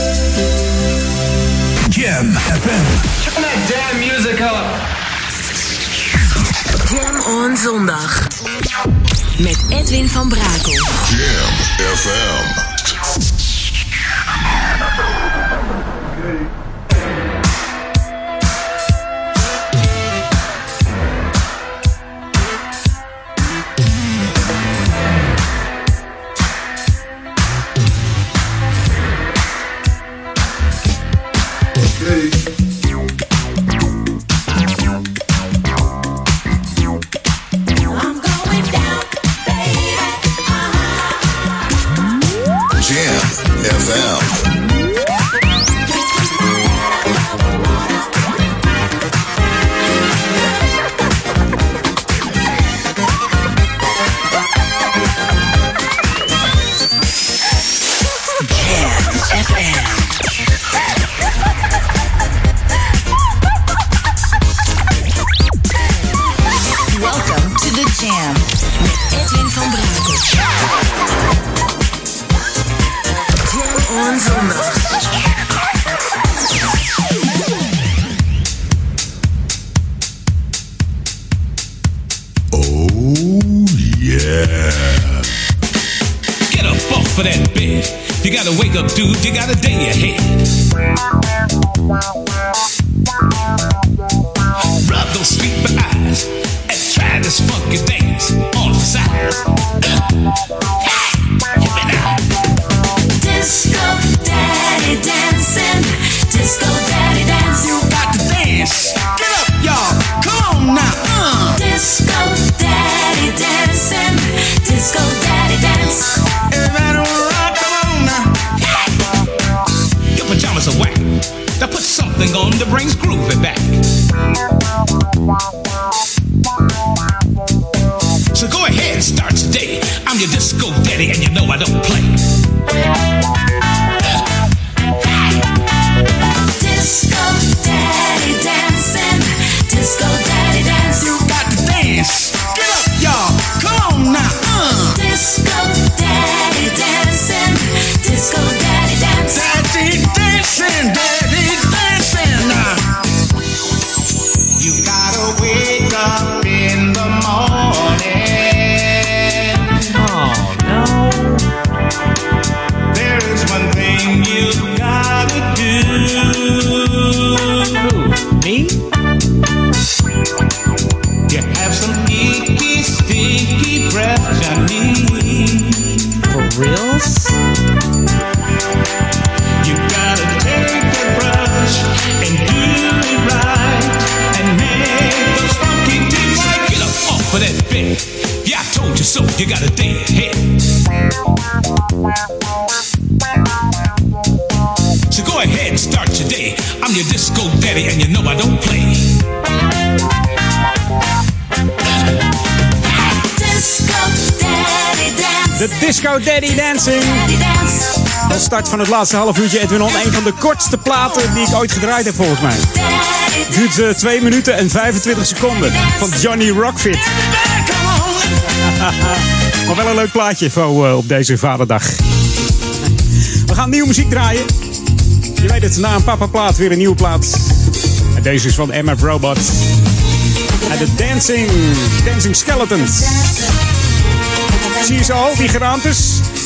Jam F M. Turn that damn music up. Jam on Zondag. Met Edwin van Brakel. Jam F M. zondag. Oh, yeah. Get up off of that bed. You gotta wake up, dude. You got a day ahead. Rub those sleepy eyes and try this funky dance on the side. Disco Daddy dancing, Disco Daddy dancing. You got to dance. Get up, y'all. Come on now. Uh. Disco Daddy dancing, Disco Daddy dance. Everybody rock, come on now. Your pajamas are whack. Now put something on that brings groovy back. So go ahead and start today. I'm your disco daddy and you know I don't play. Disco Daddy dancing, Disco Daddy dance. You got to dance. Get up, y'all. Come on now. Uh. Disco Daddy dancing, Disco Daddy dance. Daddy dancing, daddy dancing. Uh. You gotta wake up in the morning. Oh no. There is one thing you gotta do. Who? Me? You have some icky, sticky breath you need. For reals? You gotta take the brush and do it right and make those funky things like Get up off of that bed. Yeah, I told you so. You got a day ahead. So go ahead and start your day. I'm your disco daddy and you know I don't play. Disco Daddy dance. De Disco Daddy Dancing. Daddy dance. De start van het laatste half uurtje, Edwin On. Een van de kortste platen die ik ooit gedraaid heb volgens mij. Het duurt uh, twee minuten en vijfentwintig seconden. Van Johnny Rockfit. Maar wel een leuk plaatje voor, uh, op deze vaderdag. We gaan nieuwe muziek draaien. Je weet het, na een papa plaat weer een nieuwe plaat. En deze is van M F Robot. En de Dancing, Dancing Skeletons. Zie je ze al, die geraamtes?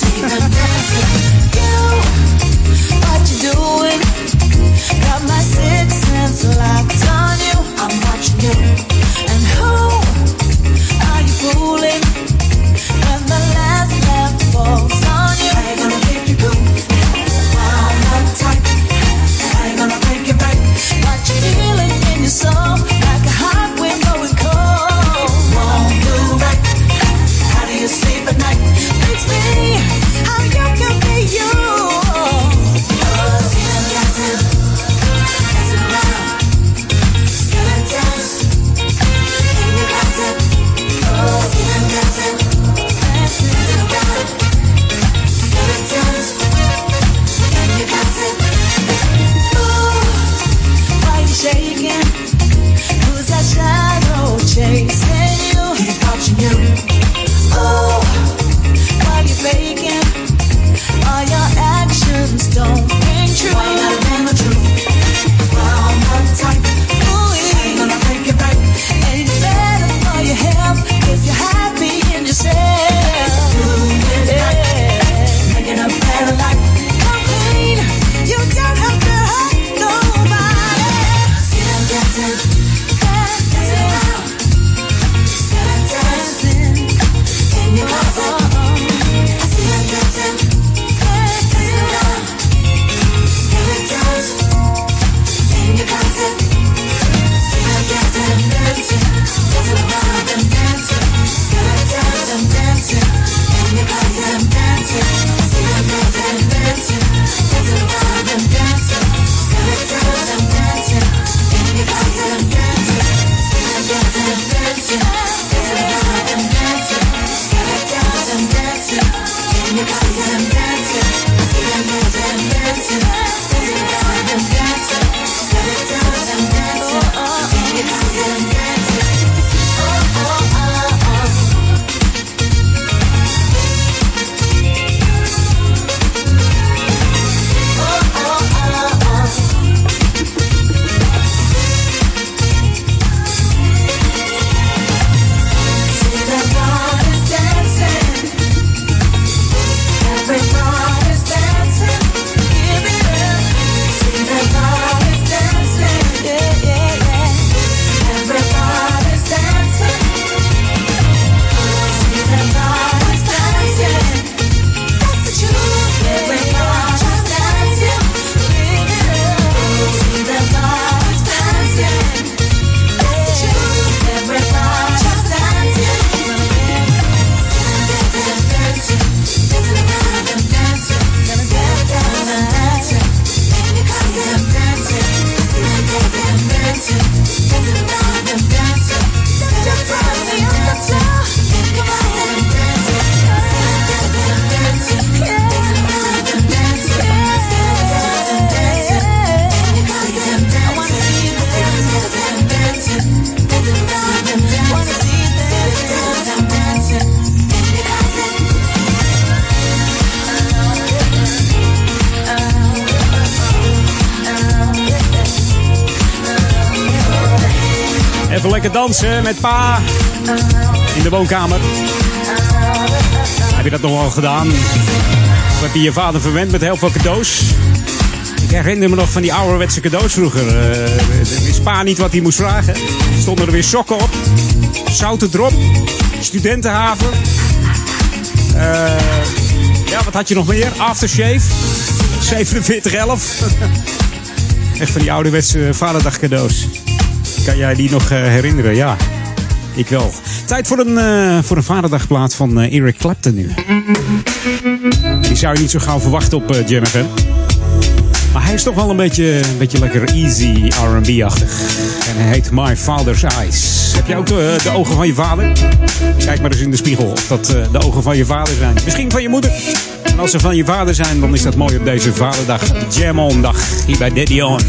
What you doing? Got my sixth sense locked on you. I'm watching you. And who are you fooling? When the last laugh falls on you, I ain't gonna keep you cool. Wound up tight. I ain't gonna break it right. Got you feeling in your soul like a hot wind blowing cold. Won't do right. How do you sleep at night? It's me. How you can lekker dansen met pa in de woonkamer. Heb je dat nog wel gedaan? Of heb je je vader verwend met heel veel cadeaus? Ik herinner me nog van die ouderwetse cadeaus vroeger. Uh, wist pa niet wat hij moest vragen. Er stonden er weer sokken op. Zouten erop. Studentenhaven. Uh, ja, wat had je nog meer? Aftershave. zevenenveertig elf. Echt van die ouderwetse vaderdag cadeaus. Kan jij die nog uh, herinneren? Ja, ik wel. Tijd voor een, uh, voor een vaderdagplaat van uh, Eric Clapton nu. Die zou je niet zo gauw verwachten op uh, Jam F M. Maar hij is toch wel een beetje, een beetje lekker easy R en B-achtig. En hij heet My Father's Eyes. Heb jij ook de, de ogen van je vader? Kijk maar eens in de spiegel of dat uh, de ogen van je vader zijn. Misschien van je moeder. En als ze van je vader zijn, dan is dat mooi op deze vaderdag. Jam On dag hier bij Daddy On.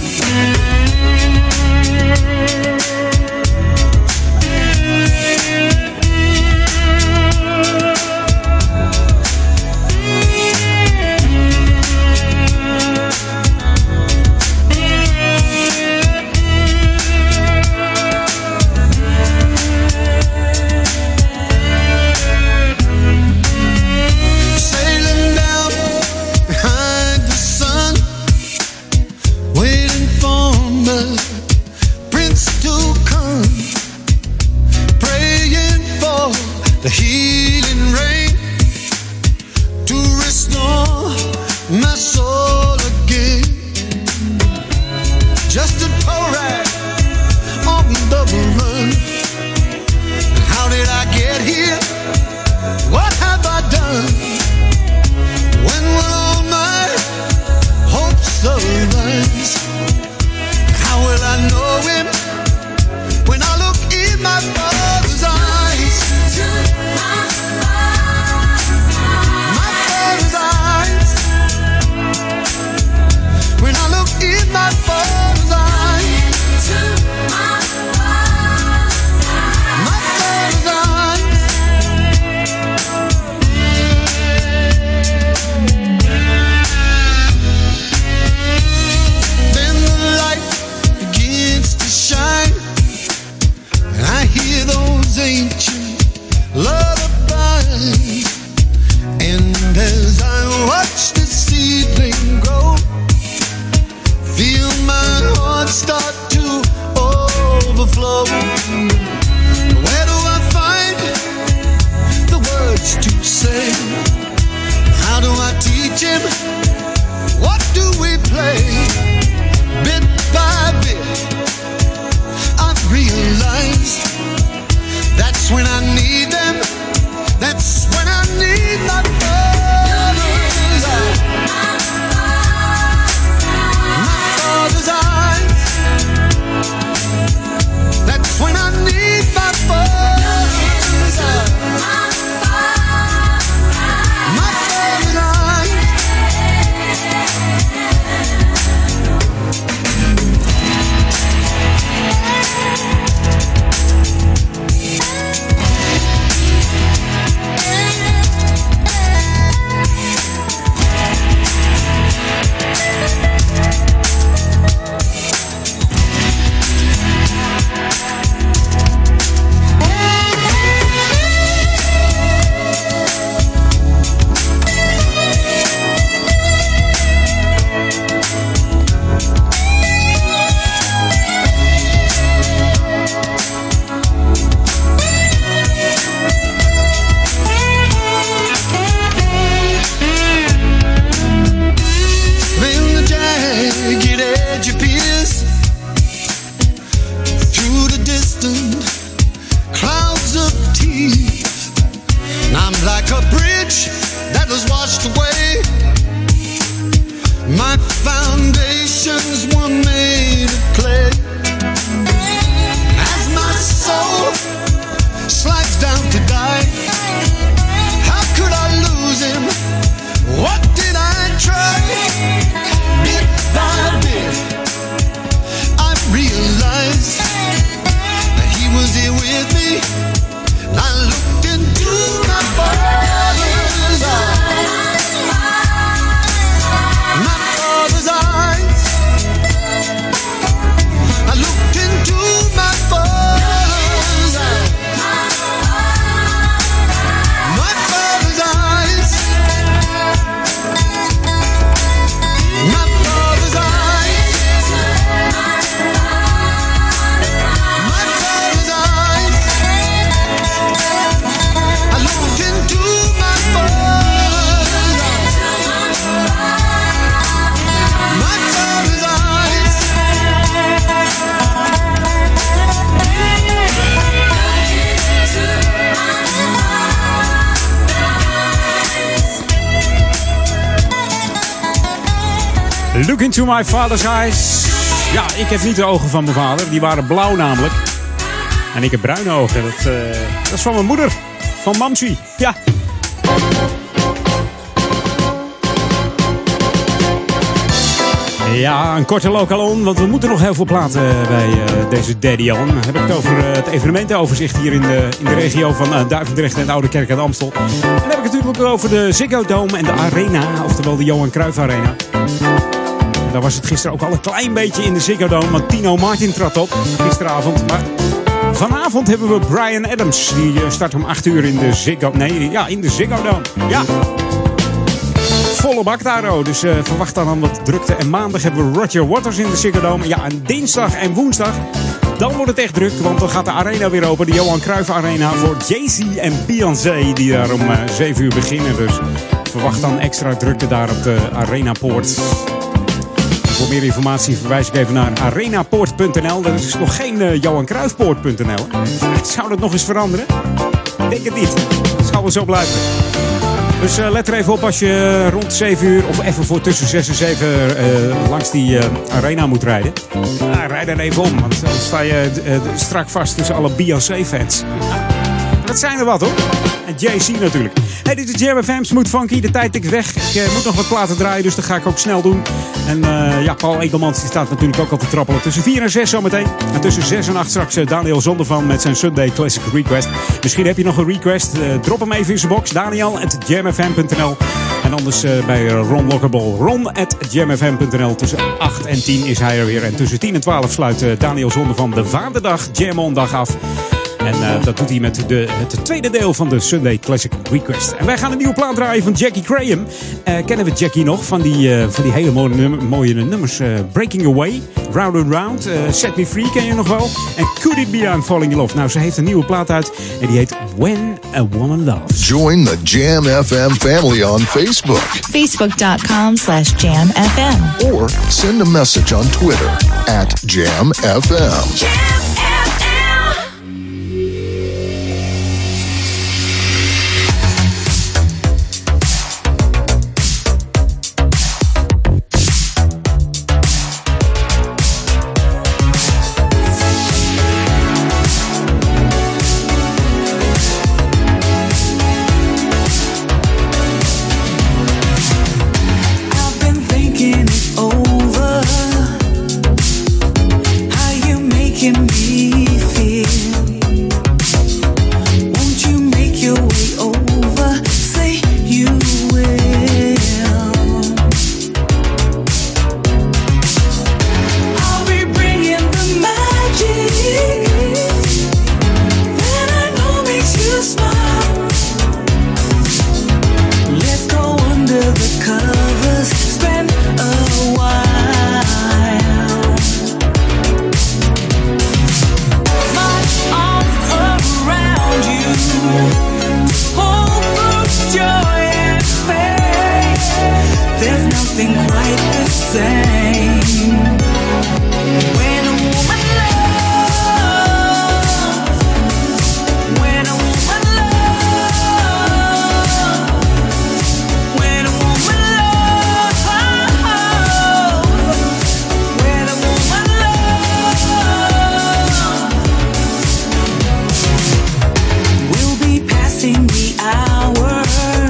Look into my father's eyes. Ja, ik heb niet de ogen van mijn vader. Die waren blauw namelijk. En ik heb bruine ogen. Dat, uh, dat is van mijn moeder. Van Mamsie. Ja. Ja, een korte lokalon, want we moeten nog heel veel platen bij uh, deze Daddy On. Dan heb ik het over uh, het evenementenoverzicht hier in de, in de regio van uh, Duivendrecht en de Oude Kerk en Amstel. En dan heb ik het natuurlijk over de Ziggo Dome en de Arena, oftewel de Johan Cruijff Arena. En daar was het gisteren ook al een klein beetje in de Ziggo Dome, want Tino Martin trad op gisteravond. Maar vanavond hebben we Bryan Adams, die uh, start om acht uur in de Ziggo, nee, ja, in de Ziggo Dome. Ja. Volle bak daar, oh. Dus uh, verwacht dan aan wat drukte. En maandag hebben we Roger Waters in de Ziggo Dome. Ja, en dinsdag en woensdag, dan wordt het echt druk. Want dan gaat de arena weer open. De Johan Cruijff Arena voor Jay-Z en Beyoncé. Die daar om uh, zeven uur beginnen. Dus verwacht dan extra drukte daar op de Arenapoort. Voor meer informatie verwijs ik even naar arenapoort punt n l. Dat is nog geen uh, johan cruijffpoort punt n l. Zou dat nog eens veranderen? Ik denk het niet. Dat zal wel zo blijven. Dus uh, let er even op als je rond zeven uur of even voor tussen zes en zeven uh, langs die uh, arena moet rijden. Ah, rijd dan even om, want dan sta je uh, strak vast tussen alle Beyoncé-fans. Dat zijn er wat hoor. En Jay-Z natuurlijk. Hey, dit is Jam F M, Smooth Funky. De tijd tikt weg. Ik uh, moet nog wat platen draaien, dus dat ga ik ook snel doen. En uh, ja, Paul Ekelmans die staat natuurlijk ook al te trappelen. Tussen vier en zes zometeen. En tussen zes en acht straks uh, Daniel Zondervan met zijn Sunday Classic Request. Misschien heb je nog een request. Uh, drop hem even in zijn box. Daniel at jam f m punt n l. En anders uh, bij Ron Lokkerbol. Ron at jam f m punt n l. Tussen acht en tien is hij er weer. En tussen tien en twaalf sluit uh, Daniel Zondervan de Vaderdag Jam On dag af. En uh, dat doet hij met de, het tweede deel van de Sunday Classic Request. En wij gaan een nieuwe plaat draaien van Jackie Graham. Uh, kennen we Jackie nog van die, uh, van die hele mooie, nummer, mooie nummers. Uh, Breaking Away, Round and Round, uh, Set Me Free ken je nog wel. En Could It Be I'm Falling in Love. Nou, ze heeft een nieuwe plaat uit en die heet When a Woman Loves. Join the Jam F M family on Facebook. Facebook.com slash Jam FM. Or send a message on Twitter at Jam F M. Jam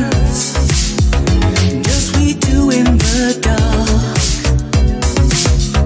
Just we do in the dark.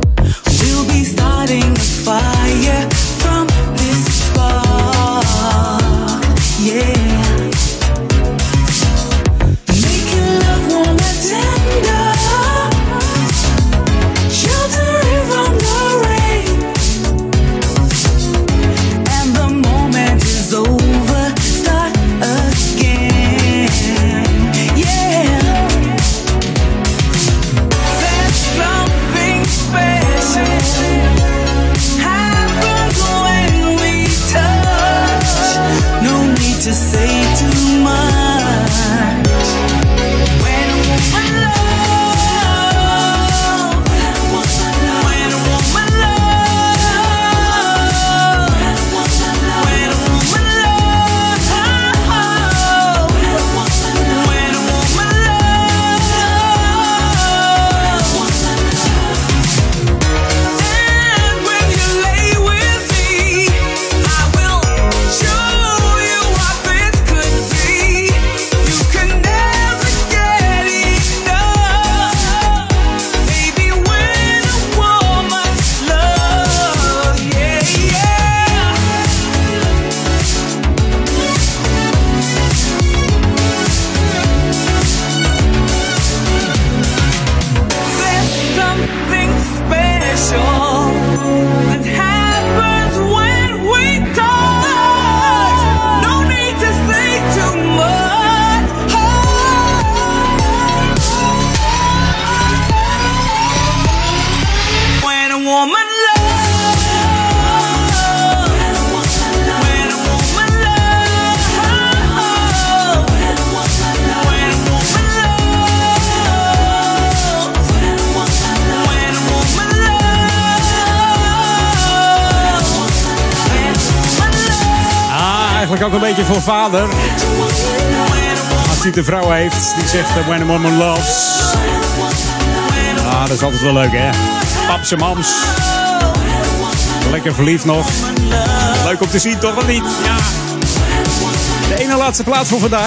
eigenlijk ook een beetje voor vader. Als hij de vrouw heeft die zegt uh, when a woman loves. Ah, dat is altijd wel leuk, hè? Paps en mams. Lekker verliefd nog. Leuk om te zien, toch of niet? Ja. De ene laatste plaats voor vandaag.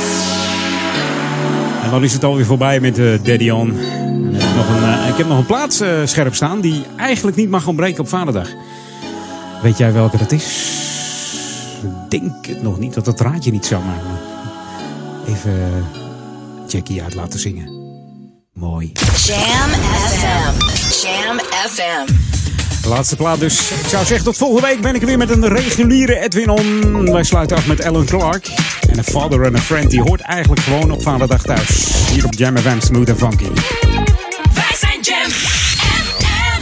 En dan is het alweer voorbij met uh, Daddy On. En ik, heb nog een, uh, ik heb nog een plaats uh, scherp staan die eigenlijk niet mag ontbreken op Vaderdag. Weet jij welke dat is? Ik denk het nog niet, dat het raadje niet zou maken. Even uh, Jackie uit laten zingen. Mooi. Jam F M. Jam F M. De laatste plaat dus. Ik zou zeggen, tot volgende week ben ik er weer met een reguliere Edwin On. Wij sluiten af met Alan Clark. En een Father and a Friend, die hoort eigenlijk gewoon op Vaderdag thuis. Hier op Jam F M, Smooth and Funky. Wij zijn Jam F M.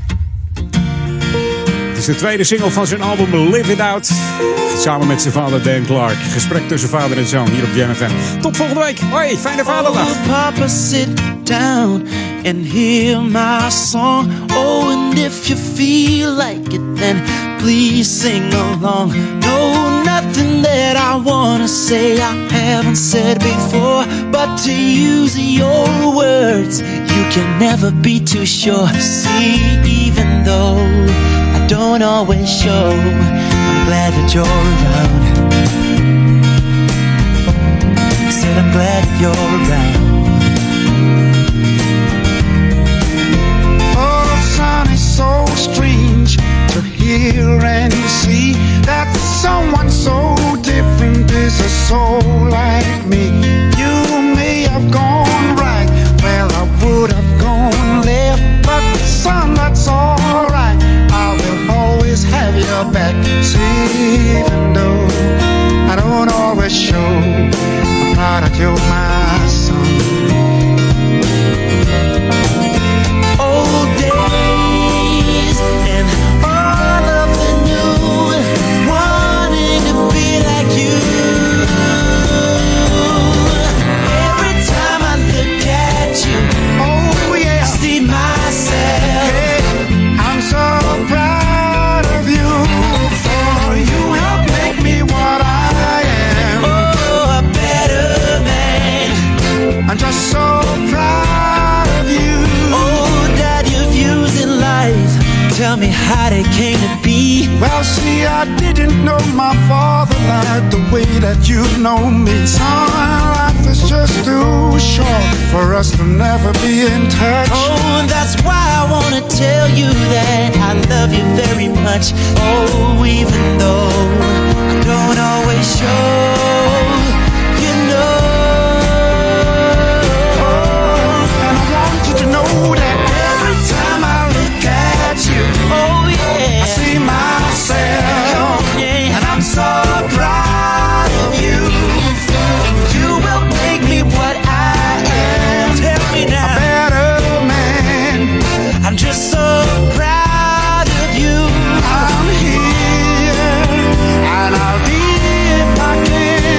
Het is de tweede single van zijn album Live It Out. Samen met zijn vader Dan Clark. Gesprek tussen vader en zoon hier op Jam F M. Tot volgende week. Hoi, fijne Vaderdag. Oh, Papa, sit down and hear my song. Oh, and if you feel like it, then please sing along. No, nothing that I wanna say I haven't said before, but to use your words, you can never be too sure. See, even though I don't always show, I'm glad that you're around. Said I'm glad that you're around. So strange to hear and see that someone so different is a soul like me. You may have gone right where I would have gone left, but son, that's alright. I will always have your back. See, even though I don't always show, I'm proud that you're my son. Oh, days and all of the new, wanting to be like you. Every time I look at you, oh yeah, see myself. Hey, I'm so proud of you, for you help make me what I am. Oh, a better man. I'm just so proud of you. Oh, that you've used in life. Tell me how they came to be. Well, see, I didn't know my father like the way that you know me. Son, life is just too short for us to never be in touch. Oh, that's why I wanna tell you that I love you very much. Oh, even though I don't always show, you know. Oh, and I want you to know that every time I look at you, oh yeah, I see myself, yeah, and I'm so proud of you. You will make me what I am. Tell me now, a better man. I'm just so proud of you. I'm here, and I'll be if I can.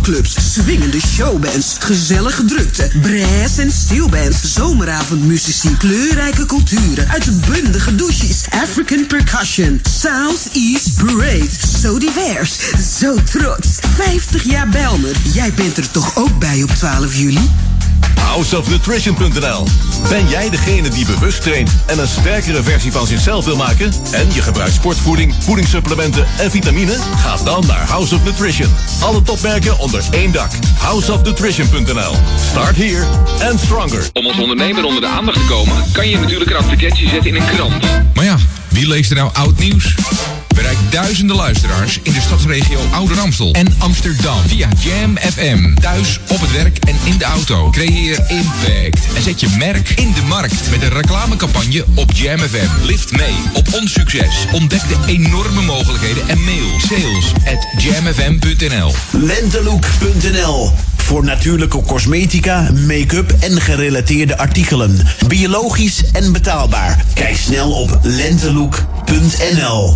sportclubs, swingende showbands, gezellige drukte, brass en steelbands, zomeravondmuzici, kleurrijke culturen, uitbundige douches, African percussion, Southeast Parade, zo divers, zo trots. vijftig jaar Bijlmer, jij bent er toch ook bij op twaalf juli? house of nutrition punt n l. Ben jij degene die bewust traint en een sterkere versie van zichzelf wil maken? En je gebruikt sportvoeding, voedingssupplementen en vitamine? Ga dan naar House of Nutrition. Alle topmerken onder één dak. house of nutrition punt n l. Start here and stronger. Om als ondernemer onder de aandacht te komen, kan je natuurlijk een advertentie zetten in een krant. Maar ja, wie leest er nou oud nieuws? Bereik duizenden luisteraars in de stadsregio Ouder Amstel en Amsterdam via Jam F M. Thuis, op het werk en in de auto. Creëer impact en zet je merk in de markt met een reclamecampagne op Jam F M. Lift mee op ons succes. Ontdek de enorme mogelijkheden en mail sales at jam f m punt n l. lentelook punt n l. Voor natuurlijke cosmetica, make-up en gerelateerde artikelen. Biologisch en betaalbaar. Kijk snel op lentelook punt n l.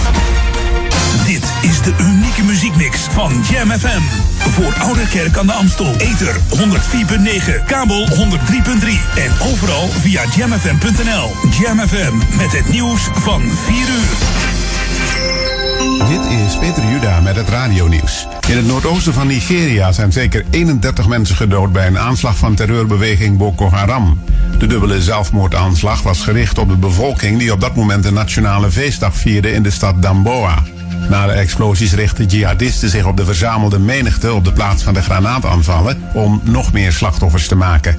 Dit is de unieke muziekmix van Jam F M. Voor Ouderkerk aan de Amstel. Ether honderd vier punt negen, kabel honderd drie punt drie. En overal via jam f m punt n l. Jam F M met het nieuws van vier uur. Dit is Peter Juda met het radionieuws. In het noordoosten van Nigeria zijn zeker eenendertig mensen gedood bij een aanslag van terreurbeweging Boko Haram. De dubbele zelfmoordaanslag was gericht op de bevolking die op dat moment een nationale feestdag vierde in de stad Damboa. Na de explosies richtten jihadisten zich op de verzamelde menigte op de plaats van de granaataanvallen om nog meer slachtoffers te maken.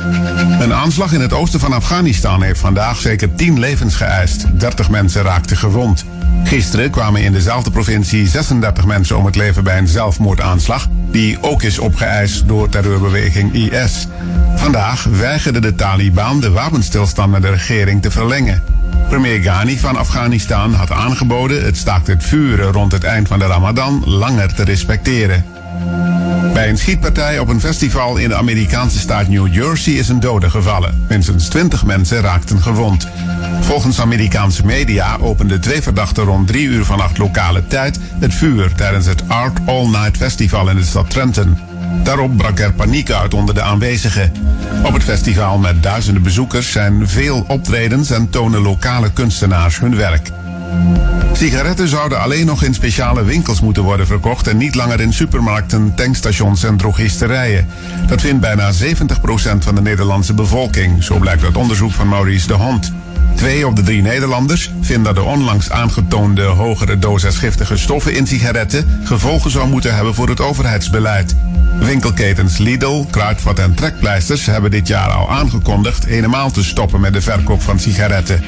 Een aanslag in het oosten van Afghanistan heeft vandaag zeker tien levens geëist. dertig mensen raakten gewond. Gisteren kwamen in dezelfde provincie zesendertig mensen om het leven bij een zelfmoordaanslag, die ook is opgeëist door terreurbeweging I S. Vandaag weigerde de Taliban de wapenstilstand met de regering te verlengen. Premier Ghani van Afghanistan had aangeboden het staakt het vuren rond het eind van de Ramadan langer te respecteren. Bij een schietpartij op een festival in de Amerikaanse staat New Jersey is een dode gevallen. Minstens twintig mensen raakten gewond. Volgens Amerikaanse media openden twee verdachten rond drie uur vannacht lokale tijd het vuur tijdens het Art All Night Festival in de stad Trenton. Daarop brak er paniek uit onder de aanwezigen. Op het festival met duizenden bezoekers zijn veel optredens en tonen lokale kunstenaars hun werk. Sigaretten zouden alleen nog in speciale winkels moeten worden verkocht en niet langer in supermarkten, tankstations en drogisterijen. Dat vindt bijna zeventig procent van de Nederlandse bevolking, zo blijkt uit onderzoek van Maurice de Hond. Twee op de drie Nederlanders vinden dat de onlangs aangetoonde hogere dosis giftige stoffen in sigaretten gevolgen zou moeten hebben voor het overheidsbeleid. Winkelketens Lidl, Kruidvat en Trekpleisters hebben dit jaar al aangekondigd helemaal te stoppen met de verkoop van sigaretten.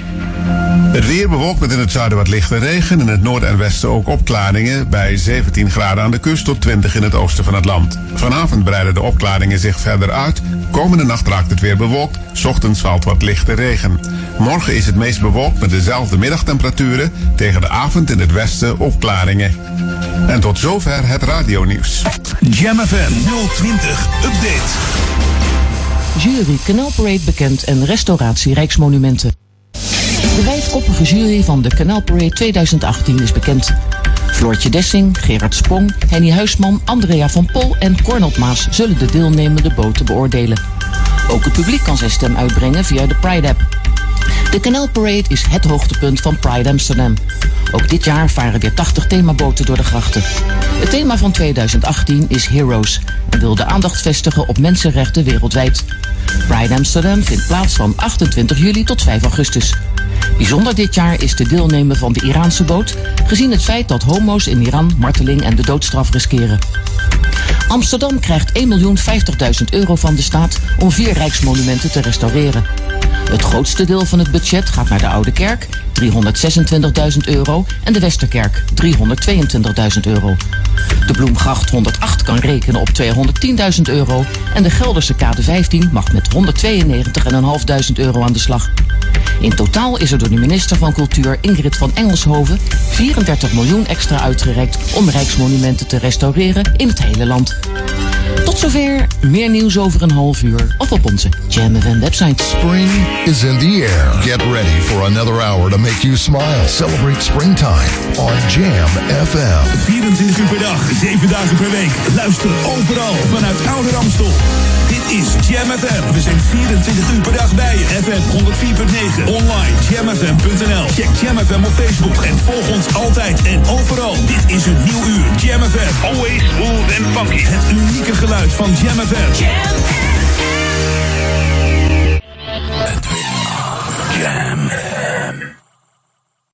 Het weer bewolkt met in het zuiden wat lichte regen. In het noorden en westen ook opklaringen bij zeventien graden aan de kust tot twintig in het oosten van het land. Vanavond breiden de opklaringen zich verder uit. Komende nacht raakt het weer bewolkt. 's Ochtends valt wat lichte regen. Morgen is het meest bewolkt met dezelfde middagtemperaturen. Tegen de avond in het westen opklaringen. En tot zover het radionieuws. Jam F M nul twintig Update. Jury Kanaalparade bekend en restauratie Rijksmonumenten. De vijfkoppige jury van de Kanaalparade tweeduizend achttien is bekend. Floortje Dessing, Gerard Sprong, Henny Huisman, Andrea van Pol en Cornald Maas zullen de deelnemende boten beoordelen. Ook het publiek kan zijn stem uitbrengen via de Pride-app. De Kanaalparade is het hoogtepunt van Pride Amsterdam. Ook dit jaar varen weer tachtig themaboten door de grachten. Het thema van tweeduizend achttien is Heroes en wil de aandacht vestigen op mensenrechten wereldwijd. Pride Amsterdam vindt plaats van achtentwintig juli tot vijf augustus. Bijzonder dit jaar is te deelnemen van de Iraanse boot, gezien het feit dat homo's in Iran marteling en de doodstraf riskeren. Amsterdam krijgt één miljoen vijftigduizend euro van de staat om vier rijksmonumenten te restaureren. Het grootste deel van het budget gaat naar de Oude Kerk, driehonderdzesentwintigduizend euro, en de Westerkerk, driehonderdtweeëntwintigduizend euro. De Bloemgracht honderdacht kan rekenen op tweehonderdtienduizend euro en de Gelderse Kade vijftien mag met honderdtweeënnegentigduizend vijfhonderd euro aan de slag. In totaal is er door de minister van Cultuur Ingrid van Engelshoven vierendertig miljoen extra uitgereikt om rijksmonumenten te restaureren in het hele land. Tot zover, meer nieuws over een half uur of op onze Jam F M website. Spring is in the air. Get ready for another hour to make you smile. Celebrate springtime on Jam F M. vierentwintig uur per dag, zeven dagen per week. Luister overal vanuit Ouder Amstel. Dit is Jam F M. We zijn vierentwintig uur per dag bij je. F M honderd vier punt negen. Online jam f m punt n l. Check Jam F M op Facebook en volg ons altijd en overal. Dit is een nieuw uur. Jam F M. Always smooth and funky. Het unieke geluid van Jam F M. Jam F M. Jam F M.